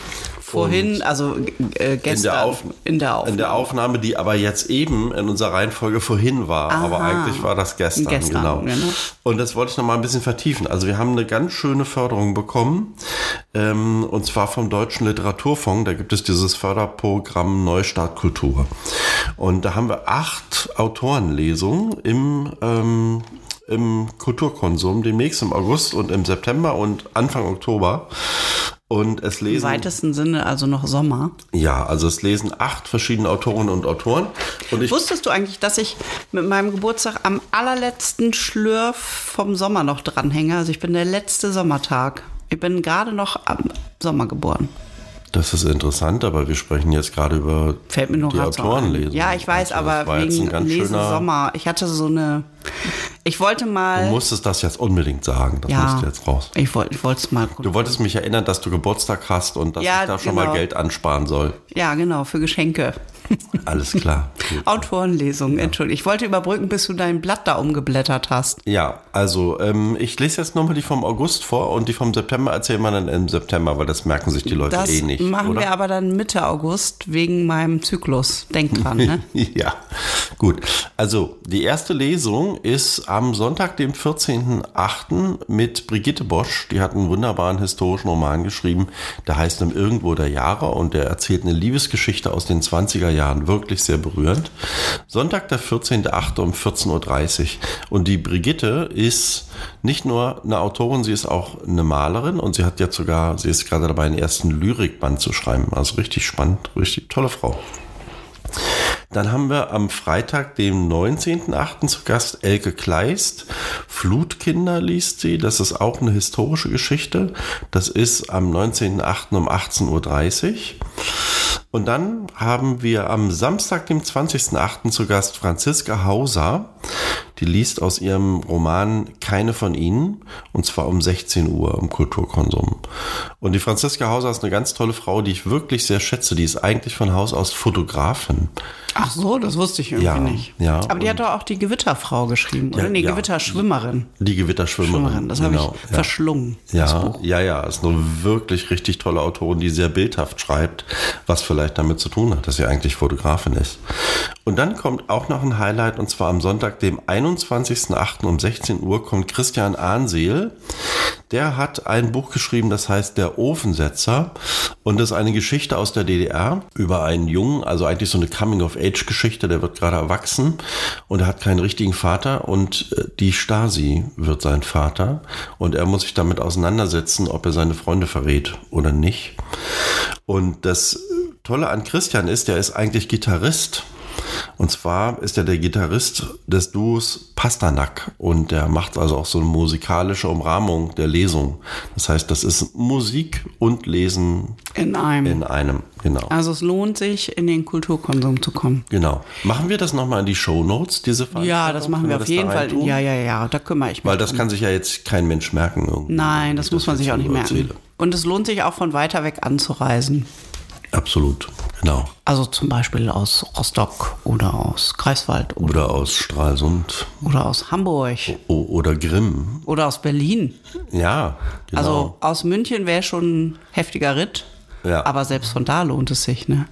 B: Vorhin, also äh, gestern,
A: in der, Auf,
B: in, der Aufnahme.
A: in der Aufnahme, die aber jetzt eben in unserer Reihenfolge vorhin war.
B: Aha.
A: Aber eigentlich war das gestern.
B: Gestern,
A: genau.
B: genau.
A: Und das wollte ich noch mal ein bisschen vertiefen. Also wir haben eine ganz schöne Förderung bekommen. Ähm, und zwar vom Deutschen Literaturfonds. Da gibt es dieses Förderprogramm Neustart Kultur. Und da haben wir acht Autorenlesungen im ähm, im Kulturkonsum, demnächst im August und im September und Anfang Oktober. Und es lesen.
B: Im weitesten Sinne also noch Sommer.
A: Ja, also es lesen acht verschiedene Autorinnen und Autoren. Und ich
B: Wusstest du eigentlich, dass ich mit meinem Geburtstag am allerletzten Schlürf vom Sommer noch dranhänge? Also ich bin der letzte Sommertag. Ich bin gerade noch am Sommer geboren.
A: Das ist interessant, aber wir sprechen jetzt gerade über
B: Fällt mir nur
A: die
B: gerade so
A: Autorenlesung.
B: ein. Ja, ich weiß,
A: Also
B: aber
A: das war jetzt
B: wegen
A: ein ganz
B: Lesen
A: schöner-
B: Sommer. Ich hatte so eine. Ich wollte mal.
A: Du musstest das jetzt unbedingt sagen. Das
B: ja,
A: musst du jetzt raus.
B: Ich wollte ich wollte es mal.
A: Du wolltest mich erinnern, dass du Geburtstag hast und dass
B: Ja,
A: ich da schon
B: genau.
A: mal Geld ansparen soll.
B: Ja, genau, für Geschenke.
A: Alles klar. Gut.
B: Autorenlesung, Entschuldigung. Ich wollte überbrücken, bis du dein Blatt da umgeblättert hast.
A: Ja, also ähm, ich lese jetzt nochmal die vom August vor und die vom September erzählen wir dann im September, weil das merken sich die Leute
B: Das
A: eh nicht.
B: machen
A: oder?
B: wir aber dann Mitte August wegen meinem Zyklus. Denk dran, ne?
A: Ja, gut. Also die erste Lesung ist am Sonntag, dem vierzehnten achten mit Brigitte Bosch. Die hat einen wunderbaren historischen Roman geschrieben, der heißt Im Irgendwo der Jahre und der erzählt eine Liebesgeschichte aus den zwanziger Jahren. Wirklich sehr berührend. Sonntag, der vierzehnten achten um vierzehn Uhr dreißig. Und die Brigitte ist nicht nur eine Autorin, sie ist auch eine Malerin und sie hat jetzt sogar, sie ist gerade dabei, einen ersten Lyrikband zu schreiben. Also richtig spannend, richtig tolle Frau. Dann haben wir am Freitag, dem neunzehnten achten zu Gast Elke Kleist. Flutkinder liest sie. Das ist auch eine historische Geschichte. Das ist am neunzehnten achten um achtzehn Uhr dreißig. Und dann haben wir am Samstag, dem zwanzigsten achten zu Gast Franziska Hauser. Die liest aus ihrem Roman Keine von ihnen, und zwar um sechzehn Uhr im Kulturkonsum. Und die Franziska Hauser ist eine ganz tolle Frau, die ich wirklich sehr schätze. Die ist eigentlich von Haus aus Fotografin.
B: Ach so, das wusste ich irgendwie
A: Ja,
B: nicht.
A: ja,
B: Aber die hat doch auch die Gewitterfrau geschrieben, oder?
A: Ja,
B: Nee,
A: ja.
B: Gewitterschwimmerin.
A: Die Gewitterschwimmerin.
B: Schwimmerin, das habe
A: genau,
B: ich
A: ja.
B: verschlungen. das
A: Ja,
B: Buch.
A: ja, ja, ist eine wirklich richtig tolle Autorin, die sehr bildhaft schreibt, was vielleicht damit zu tun hat, dass sie eigentlich Fotografin ist. Und dann kommt auch noch ein Highlight, und zwar am Sonntag, dem einundzwanzigsten achten um sechzehn Uhr kommt Christian Ahnseel. Der hat ein Buch geschrieben, das heißt Der Ofensetzer, und das ist eine Geschichte aus der D D R über einen Jungen, also eigentlich so eine Coming-of-Age-Geschichte, der wird gerade erwachsen und er hat keinen richtigen Vater und die Stasi wird sein Vater und er muss sich damit auseinandersetzen, ob er seine Freunde verrät oder nicht. Und das Tolle an Christian ist, der ist eigentlich Gitarrist. Und zwar ist er der Gitarrist des Duos Pasternak und der macht also auch so eine musikalische Umrahmung der Lesung. Das heißt, das ist Musik und Lesen
B: In einem.
A: in einem. Genau.
B: Also es lohnt sich, in den Kulturkonsum zu kommen.
A: Genau. Machen wir das nochmal in die Shownotes, diese Veranstaltung?
B: Ja, das machen
A: Können
B: wir auf
A: das
B: jeden
A: da
B: Fall.
A: reintun?
B: Ja, ja, ja, da kümmere ich mich.
A: Weil das
B: drum.
A: kann sich ja jetzt kein Mensch merken. Irgendwie,
B: Nein, das
A: wenn ich
B: muss man
A: jetzt
B: sich auch nicht
A: so
B: merken.
A: erzähle.
B: Und es lohnt sich auch von weiter weg anzureisen.
A: Absolut, genau.
B: Also zum Beispiel aus Rostock oder aus Greifswald oder,
A: Oder aus Stralsund
B: oder aus Hamburg
A: o- oder Grimm.
B: oder aus Berlin.
A: Ja, genau.
B: Also aus München wäre schon ein heftiger Ritt.
A: Ja.
B: Aber selbst von da lohnt es sich, ne?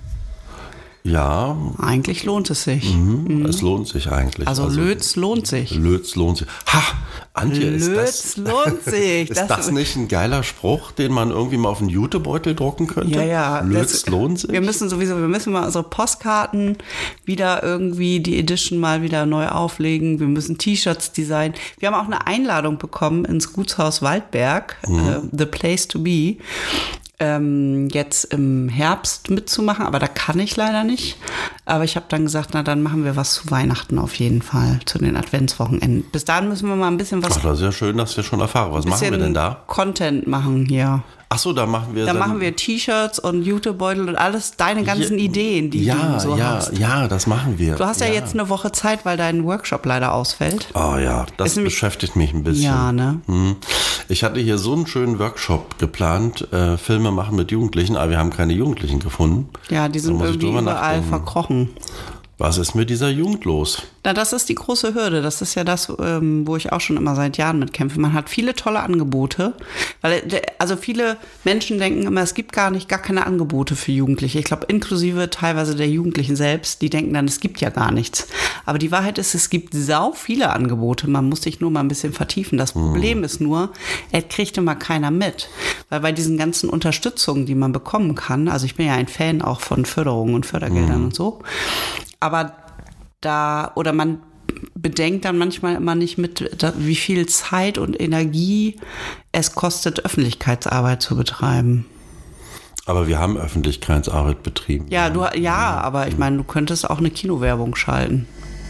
A: ja,
B: Eigentlich lohnt es sich.
A: mhm. es lohnt sich eigentlich.
B: Also, Lötz lohnt sich.
A: Lötz lohnt sich. Ha, Antje, ist
B: Lötz
A: das,
B: lohnt sich.
A: ist das nicht ein geiler Spruch, den man irgendwie mal auf einen Jutebeutel drucken könnte?
B: Ja, ja.
A: Lötz
B: das,
A: lohnt sich?
B: Wir müssen sowieso, wir müssen mal unsere Postkarten wieder irgendwie, die Edition mal wieder neu auflegen. Wir müssen T-Shirts designen. Wir haben auch eine Einladung bekommen ins Gutshaus Waldberg,
A: Mhm.
B: äh, The Place to Be. Ähm, jetzt im Herbst mitzumachen, aber da kann ich leider nicht. Aber ich habe dann gesagt, na dann machen wir was zu Weihnachten auf jeden Fall, zu den Adventswochenenden. Bis dahin müssen wir mal ein bisschen was,
A: Ach, das ist ja schön, dass wir schon erfahren. Was machen wir
B: bisschen
A: denn da?
B: Content machen hier.
A: Ach so, da machen wir
B: Da
A: dann-
B: machen wir T-Shirts und Jutebeutel und alles, deine ganzen
A: Ja,
B: Ideen, die
A: ja,
B: du so
A: ja,
B: hast.
A: Ja, das machen wir.
B: Du hast ja, jetzt eine Woche Zeit, weil dein Workshop leider ausfällt.
A: Oh ja, das
B: Ist nämlich-
A: beschäftigt mich ein bisschen.
B: Ja, ne?
A: Hm. Ich hatte hier so einen schönen Workshop geplant, äh, Filme machen mit Jugendlichen, aber wir haben keine Jugendlichen gefunden.
B: Ja, die
A: Da
B: sind
A: muss ich
B: irgendwie
A: drüber
B: überall
A: nachdenken.
B: verkrochen.
A: Was ist mit dieser Jugend los?
B: Na, das ist die große Hürde. Das ist ja das, ähm, wo ich auch schon immer seit Jahren mitkämpfe. Man hat viele tolle Angebote, weil also viele Menschen denken immer, es gibt gar nicht, gar keine Angebote für Jugendliche. Ich glaube, inklusive teilweise der Jugendlichen selbst, die denken dann, es gibt ja gar nichts. Aber die Wahrheit ist, es gibt sau viele Angebote. Man muss sich nur mal ein bisschen vertiefen. Das Problem ist nur, es kriegt immer keiner mit. Weil bei diesen ganzen Unterstützungen, die man bekommen kann, also ich bin ja ein Fan auch von Förderungen und Fördergeldern mhm. und so, aber da, oder man bedenkt dann manchmal immer nicht mit, wie viel Zeit und Energie es kostet, Öffentlichkeitsarbeit zu betreiben.
A: Aber wir haben Öffentlichkeitsarbeit betrieben.
B: Ja, du, ja, aber ich meine, du könntest auch eine Kinowerbung schalten.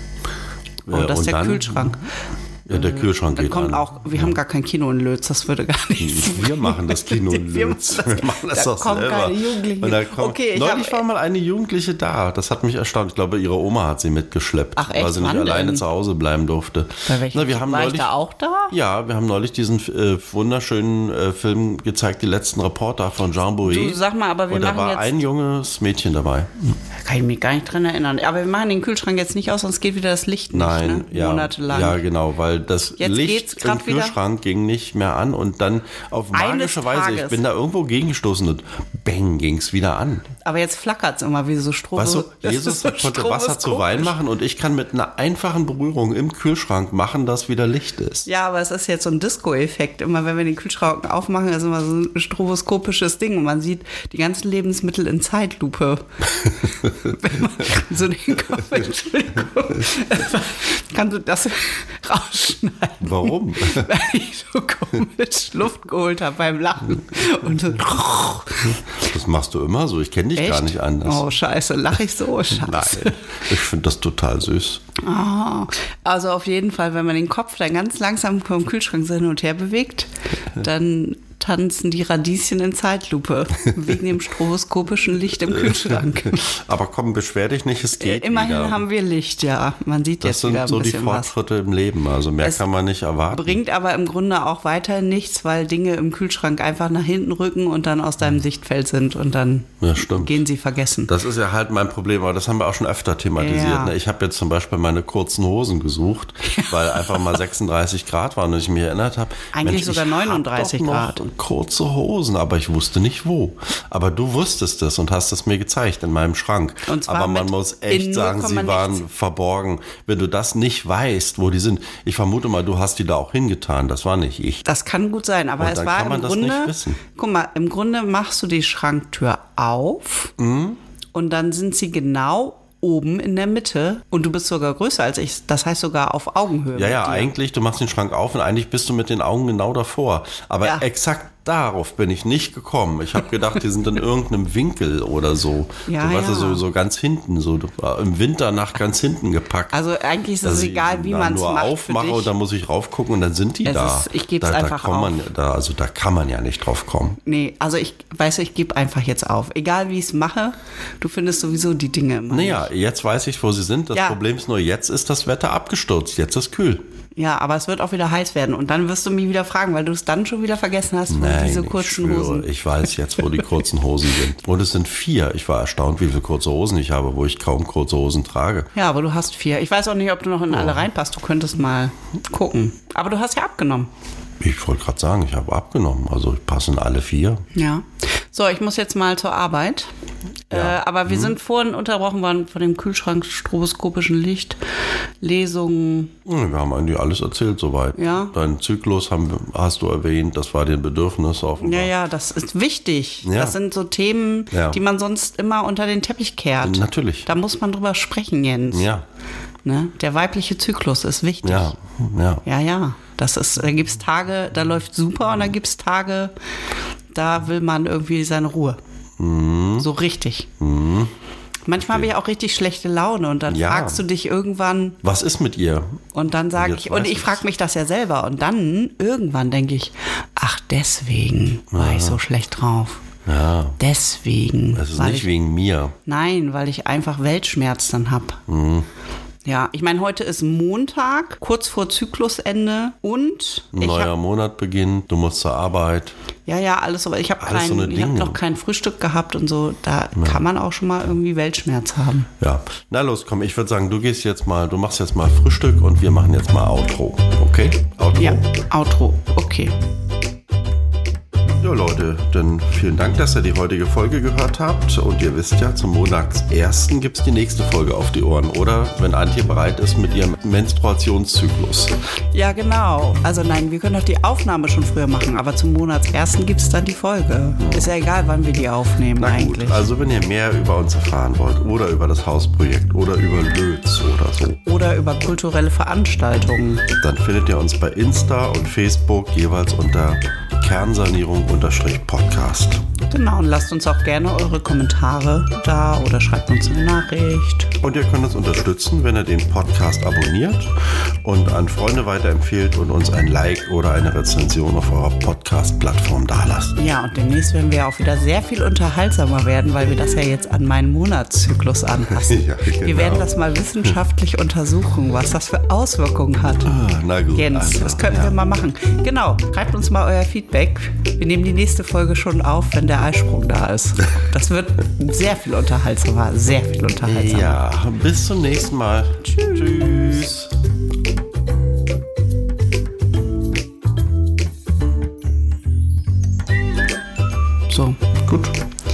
B: Und
A: Ja,
B: das ist
A: und
B: der
A: dann?
B: Kühlschrank.
A: Ja, der Kühlschrank
B: Dann
A: geht
B: kommt
A: an.
B: auch, wir haben gar kein Kino in Lötz, das würde gar nicht.
A: Wir machen das Kino in
B: Wir
A: Lötz.
B: machen das-
A: Wir machen das
B: da
A: doch
B: kommen
A: selber.
B: keine Jugendlichen.
A: Und da kommt,
B: Okay, ich
A: neulich
B: hab-
A: war mal eine Jugendliche da. Das hat mich erstaunt. Ich glaube, ihre Oma hat sie mitgeschleppt,
B: Ach, echt?
A: weil sie nicht
B: Wann
A: alleine
B: denn?
A: zu Hause bleiben durfte.
B: Bei welchem?
A: Na, wir haben
B: War ich
A: neulich,
B: da auch da?
A: Ja, wir haben neulich diesen äh, wunderschönen äh, Film gezeigt, die letzten Reporter von Jean Bouet.
B: Du, sag mal, aber wir
A: Und da
B: machen
A: war
B: jetzt-
A: ein junges Mädchen dabei.
B: Da kann ich mich gar nicht dran erinnern. Aber wir machen den Kühlschrank jetzt nicht aus, sonst geht wieder das Licht
A: Nein,
B: nicht, ne?
A: ja,
B: Monatelang.
A: ja, genau, weil das
B: Jetzt
A: Licht
B: geht's
A: im
B: grad wieder.
A: Kühlschrank ging nicht mehr an und dann auf
B: Eines
A: magische Weise, ich
B: Tages.
A: bin da irgendwo gegengestoßen und bang, ging's wieder an.
B: Aber jetzt flackert's immer wie so Strobo.
A: Weißt du,
B: das
A: Jesus
B: ist so
A: konnte Wasser zu Wein
B: stroboskopisch.
A: machen und ich kann mit einer einfachen Berührung im Kühlschrank machen, dass wieder Licht ist.
B: Ja, aber es ist jetzt so ein Disco-Effekt. Immer wenn wir den Kühlschrank aufmachen, ist immer so ein stroboskopisches Ding und man sieht die ganzen Lebensmittel in Zeitlupe. Wenn man so den Kopf, Entschuldigung, kannst du das rausschneiden?
A: Warum?
B: Weil ich so komisch Luft geholt habe beim Lachen. Und so.
A: Das machst du immer so, ich kenne dich
B: Echt?
A: gar nicht anders.
B: Oh, scheiße, lache ich so? Scheiße.
A: Nein, ich finde das total süß.
B: Ah, also auf jeden Fall, wenn man den Kopf dann ganz langsam vom Kühlschrank so hin und her bewegt, dann tanzen die Radieschen in Zeitlupe wegen dem stroboskopischen Licht im Kühlschrank.
A: Aber komm, beschwer dich nicht, es geht
B: Immerhin
A: wieder.
B: haben wir Licht, ja. Man sieht
A: Das
B: jetzt wieder
A: sind
B: ein
A: so die
B: bisschen was.
A: Fortschritte im Leben, also mehr
B: Es
A: kann man nicht erwarten.
B: Bringt aber im Grunde auch weiterhin nichts, weil Dinge im Kühlschrank einfach nach hinten rücken und dann aus deinem Sichtfeld sind und dann
A: Ja, stimmt.
B: gehen sie vergessen.
A: Das ist ja halt mein Problem, aber das haben wir auch schon öfter thematisiert.
B: Ja.
A: Ne? Ich habe jetzt zum Beispiel meine kurzen Hosen gesucht, weil einfach mal sechsunddreißig Grad waren und ich mich erinnert habe.
B: Eigentlich
A: Mensch,
B: sogar
A: ich hab
B: neununddreißig
A: doch noch
B: Grad.
A: Kurze Hosen, aber ich wusste nicht wo. Aber du wusstest es und hast es mir gezeigt in meinem Schrank.
B: Und zwar
A: aber man
B: mit
A: muss echt
B: in
A: sagen,
B: null
A: sie
B: Komma
A: waren
B: nichts.
A: verborgen. Wenn du das nicht weißt, wo die sind, ich vermute mal, du hast die da auch hingetan. Das war nicht ich.
B: Das kann gut sein, aber
A: Und
B: es
A: dann
B: war
A: kann man
B: im
A: das
B: Grunde,
A: nicht wissen.
B: guck mal, im Grunde machst du die Schranktür auf
A: Mhm.
B: und dann sind sie genau oben in der Mitte und du bist sogar größer als ich, das heißt sogar auf Augenhöhe.
A: Ja,
B: mit
A: ja,
B: dir.
A: eigentlich, du machst den Schrank auf und eigentlich bist du mit den Augen genau davor. Aber
B: Ja.
A: exakt darauf bin ich nicht gekommen. Ich habe gedacht, die sind in irgendeinem Winkel oder so.
B: Ja,
A: so, weißt du,
B: ja.
A: so, so ganz hinten, so äh, im Winter nach ganz hinten gepackt.
B: Also eigentlich ist es
A: Dass ich
B: egal, wie
A: dann
B: man es
A: nur
B: macht
A: aufmache
B: für dich.
A: und dann muss ich raufgucken und dann sind die
B: Es
A: da.
B: ist- ich geb's
A: da, da
B: einfach
A: kommt man,
B: auf.
A: da, Also da kann man ja nicht drauf kommen.
B: Nee, also ich, weißt du, ich gebe einfach jetzt auf. Egal wie ich es mache, du findest sowieso die Dinge immer.
A: Naja, jetzt weiß ich, wo sie sind. Das
B: Ja.
A: Problem ist nur, jetzt ist das Wetter abgestürzt. Jetzt ist kühl.
B: Ja, aber es wird auch wieder heiß werden und dann wirst du mich wieder fragen, weil du es dann schon wieder vergessen hast, wo
A: Nein,
B: diese
A: ich
B: kurzen
A: schwöre,
B: Hosen.
A: ich weiß jetzt, wo die kurzen Hosen sind. Und es sind vier. Ich war erstaunt, wie viele kurze Hosen ich habe, wo ich kaum kurze Hosen trage.
B: Ja, aber du hast vier. Ich weiß auch nicht, ob du noch in alle reinpasst. Du könntest mal gucken. Aber du hast ja abgenommen.
A: Ich wollte gerade sagen, ich habe abgenommen. Also ich passe in alle vier.
B: Ja. So, ich muss jetzt mal zur Arbeit.
A: Ja.
B: Äh, aber wir sind vorhin unterbrochen worden von dem Kühlschrank, stroboskopischen Licht, Lesungen.
A: Hm, Wir haben eigentlich alles erzählt soweit.
B: Ja.
A: Deinen Zyklus haben, wir- hast du erwähnt, das war dir ein Bedürfnis offenbar.
B: Ja, ja, das ist wichtig.
A: Ja.
B: Das sind so Themen,
A: Ja.
B: die man sonst immer unter den Teppich kehrt.
A: Natürlich.
B: Da muss man drüber sprechen, Jens.
A: Ja,
B: Ne? Der weibliche Zyklus ist wichtig.
A: ja, ja.
B: Ja, ja. Das ist, da gibt es Tage, da läuft super und da gibt es Tage, da will man irgendwie seine Ruhe.
A: Mhm.
B: So richtig. Mhm. Manchmal habe ich auch richtig schlechte Laune und dann
A: Ja.
B: fragst du dich irgendwann
A: Was ist mit ihr?
B: und dann sage
A: Jetzt
B: ich, und
A: weiß
B: ich
A: ich's.
B: frage mich das ja selber und dann irgendwann denke ich, ach deswegen war ich so schlecht drauf.
A: Ja,
B: Deswegen.
A: es ist
B: weil
A: nicht
B: ich,
A: wegen mir.
B: Nein, weil ich einfach Weltschmerz dann habe. Ja, ich meine, heute ist Montag, kurz vor Zyklusende und
A: Ein
B: ich
A: neuer
B: hab,
A: Monat beginnt, du musst zur Arbeit.
B: ja, ja, alles, aber ich habe
A: Alles so
B: kein,
A: eine
B: ich hab
A: Dinge.
B: noch kein Frühstück gehabt und so, da kann man auch schon mal irgendwie Weltschmerz haben.
A: Ja, na los, komm, ich würde sagen, du gehst jetzt mal, du machst jetzt mal Frühstück und wir machen jetzt mal Outro, okay? Outro.
B: Ja, Outro, okay.
A: Ja, Leute, dann vielen Dank, dass ihr die heutige Folge gehört habt. Und ihr wisst ja, zum Monatsersten gibt es die nächste Folge auf die Ohren. Oder wenn Antje bereit ist mit ihrem Menstruationszyklus.
B: Ja, genau. Also nein, wir können doch die Aufnahme schon früher machen, aber zum Monatsersten gibt es dann die Folge. Ist ja egal, wann wir die aufnehmen
A: Na gut,
B: eigentlich.
A: also wenn ihr mehr über uns erfahren wollt oder über das Hausprojekt oder über Lötz oder so,
B: Oder über kulturelle Veranstaltungen.
A: dann findet ihr uns bei Insta und Facebook jeweils unter Kernsanierung-Podcast.
B: Genau, und lasst uns auch gerne eure Kommentare da oder schreibt uns eine Nachricht.
A: Und ihr könnt uns unterstützen, wenn ihr den Podcast abonniert und an Freunde weiterempfehlt und uns ein Like oder eine Rezension auf eurer Podcast-Plattform dalasst.
B: Ja, und demnächst werden wir auch wieder sehr viel unterhaltsamer werden, weil wir das ja jetzt an meinen Monatszyklus anpassen.
A: Ja, genau.
B: Wir werden das mal wissenschaftlich untersuchen, was das für Auswirkungen hat.
A: Ah, na gut.
B: Jens,
A: also,
B: das könnten
A: ja.
B: wir mal machen. Genau, schreibt uns mal euer Feedback. Wir nehmen die nächste Folge schon auf, wenn der Eisprung da ist. Das wird sehr viel unterhaltsamer, sehr viel unterhaltsamer.
A: Ja, bis zum nächsten Mal. Tschüss. Tschüss.
B: So.
A: Gut.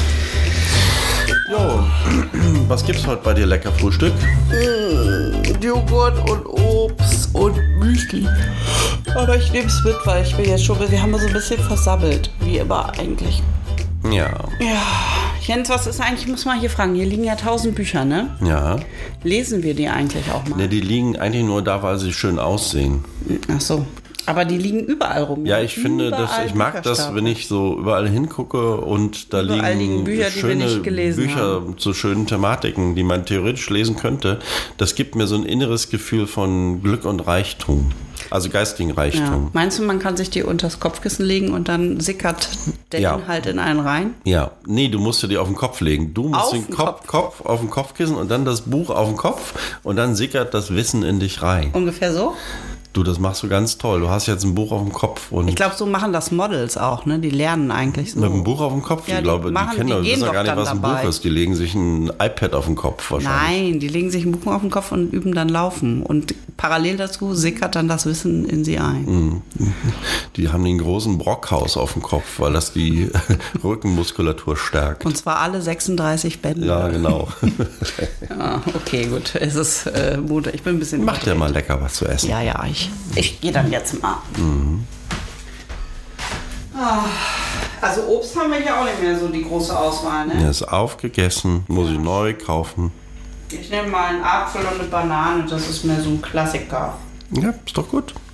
A: Jo, was gibt's heute bei dir lecker Frühstück?
B: Joghurt und Obst und Müsli. Aber ich nehme es mit, weil ich bin jetzt schon, wir haben so ein bisschen versammelt, wie immer eigentlich.
A: Ja.
B: Ja, Jens, was ist eigentlich, ich muss mal hier fragen, hier liegen ja tausend Bücher, ne?
A: Ja.
B: Lesen wir die eigentlich auch mal?
A: Ne, die liegen eigentlich nur da, weil sie schön aussehen.
B: Ach so, aber die liegen überall rum.
A: Ja, ich finde,
B: Überall
A: dass, ich mag das,
B: Bücherstapel.
A: wenn ich so überall hingucke und da
B: Überall
A: liegen,
B: liegen Bücher, die wir
A: schöne
B: nicht gelesen
A: Bücher
B: haben.
A: zu schönen Thematiken, die man theoretisch lesen könnte. Das gibt mir so ein inneres Gefühl von Glück und Reichtum. Also geistigen
B: Ja.
A: Reichtum.
B: Meinst du, man kann sich die unters Kopfkissen legen und dann sickert der
A: Ja.
B: Inhalt in einen rein?
A: Ja, nee, du musst dir die auf den Kopf legen. Du musst
B: Auf
A: den
B: den
A: Kopf,
B: Kopf.
A: Kopf auf den Kopfkissen und dann das Buch auf den Kopf und dann sickert das Wissen in dich rein.
B: Ungefähr so?
A: Du, das machst du ganz toll. Du hast jetzt ein Buch auf dem Kopf und
B: Ich glaube, so machen das Models auch, ne? Die lernen eigentlich so.
A: mit einem Buch auf dem Kopf.
B: Ja,
A: ich
B: die
A: glaube, die,
B: machen-
A: kennen
B: die
A: doch,
B: gehen
A: wissen doch gar
B: doch
A: nicht,
B: dann
A: was ein
B: dabei.
A: Buch ist. Die legen sich ein iPad auf den Kopf wahrscheinlich.
B: Nein, die legen sich ein Buch auf den Kopf und üben dann Laufen. Und parallel dazu sickert dann das Wissen in sie ein.
A: Die haben den großen Brockhaus auf dem Kopf, weil das die Rückenmuskulatur stärkt.
B: Und zwar alle sechsunddreißig Bände.
A: Ja, genau.
B: Ja, okay, gut. Es ist äh, Montag. Ich bin ein bisschen.
A: Macht ja mal lecker was zu essen.
B: Ja, ja, ich, ich gehe dann jetzt mal. Ah, also Obst haben wir hier auch nicht mehr so die große Auswahl, ne?
A: Er ist aufgegessen, muss ich neu kaufen.
B: Ich nehme mal einen Apfel und eine Banane, das ist mehr so ein Klassiker.
A: Ja, ist doch gut.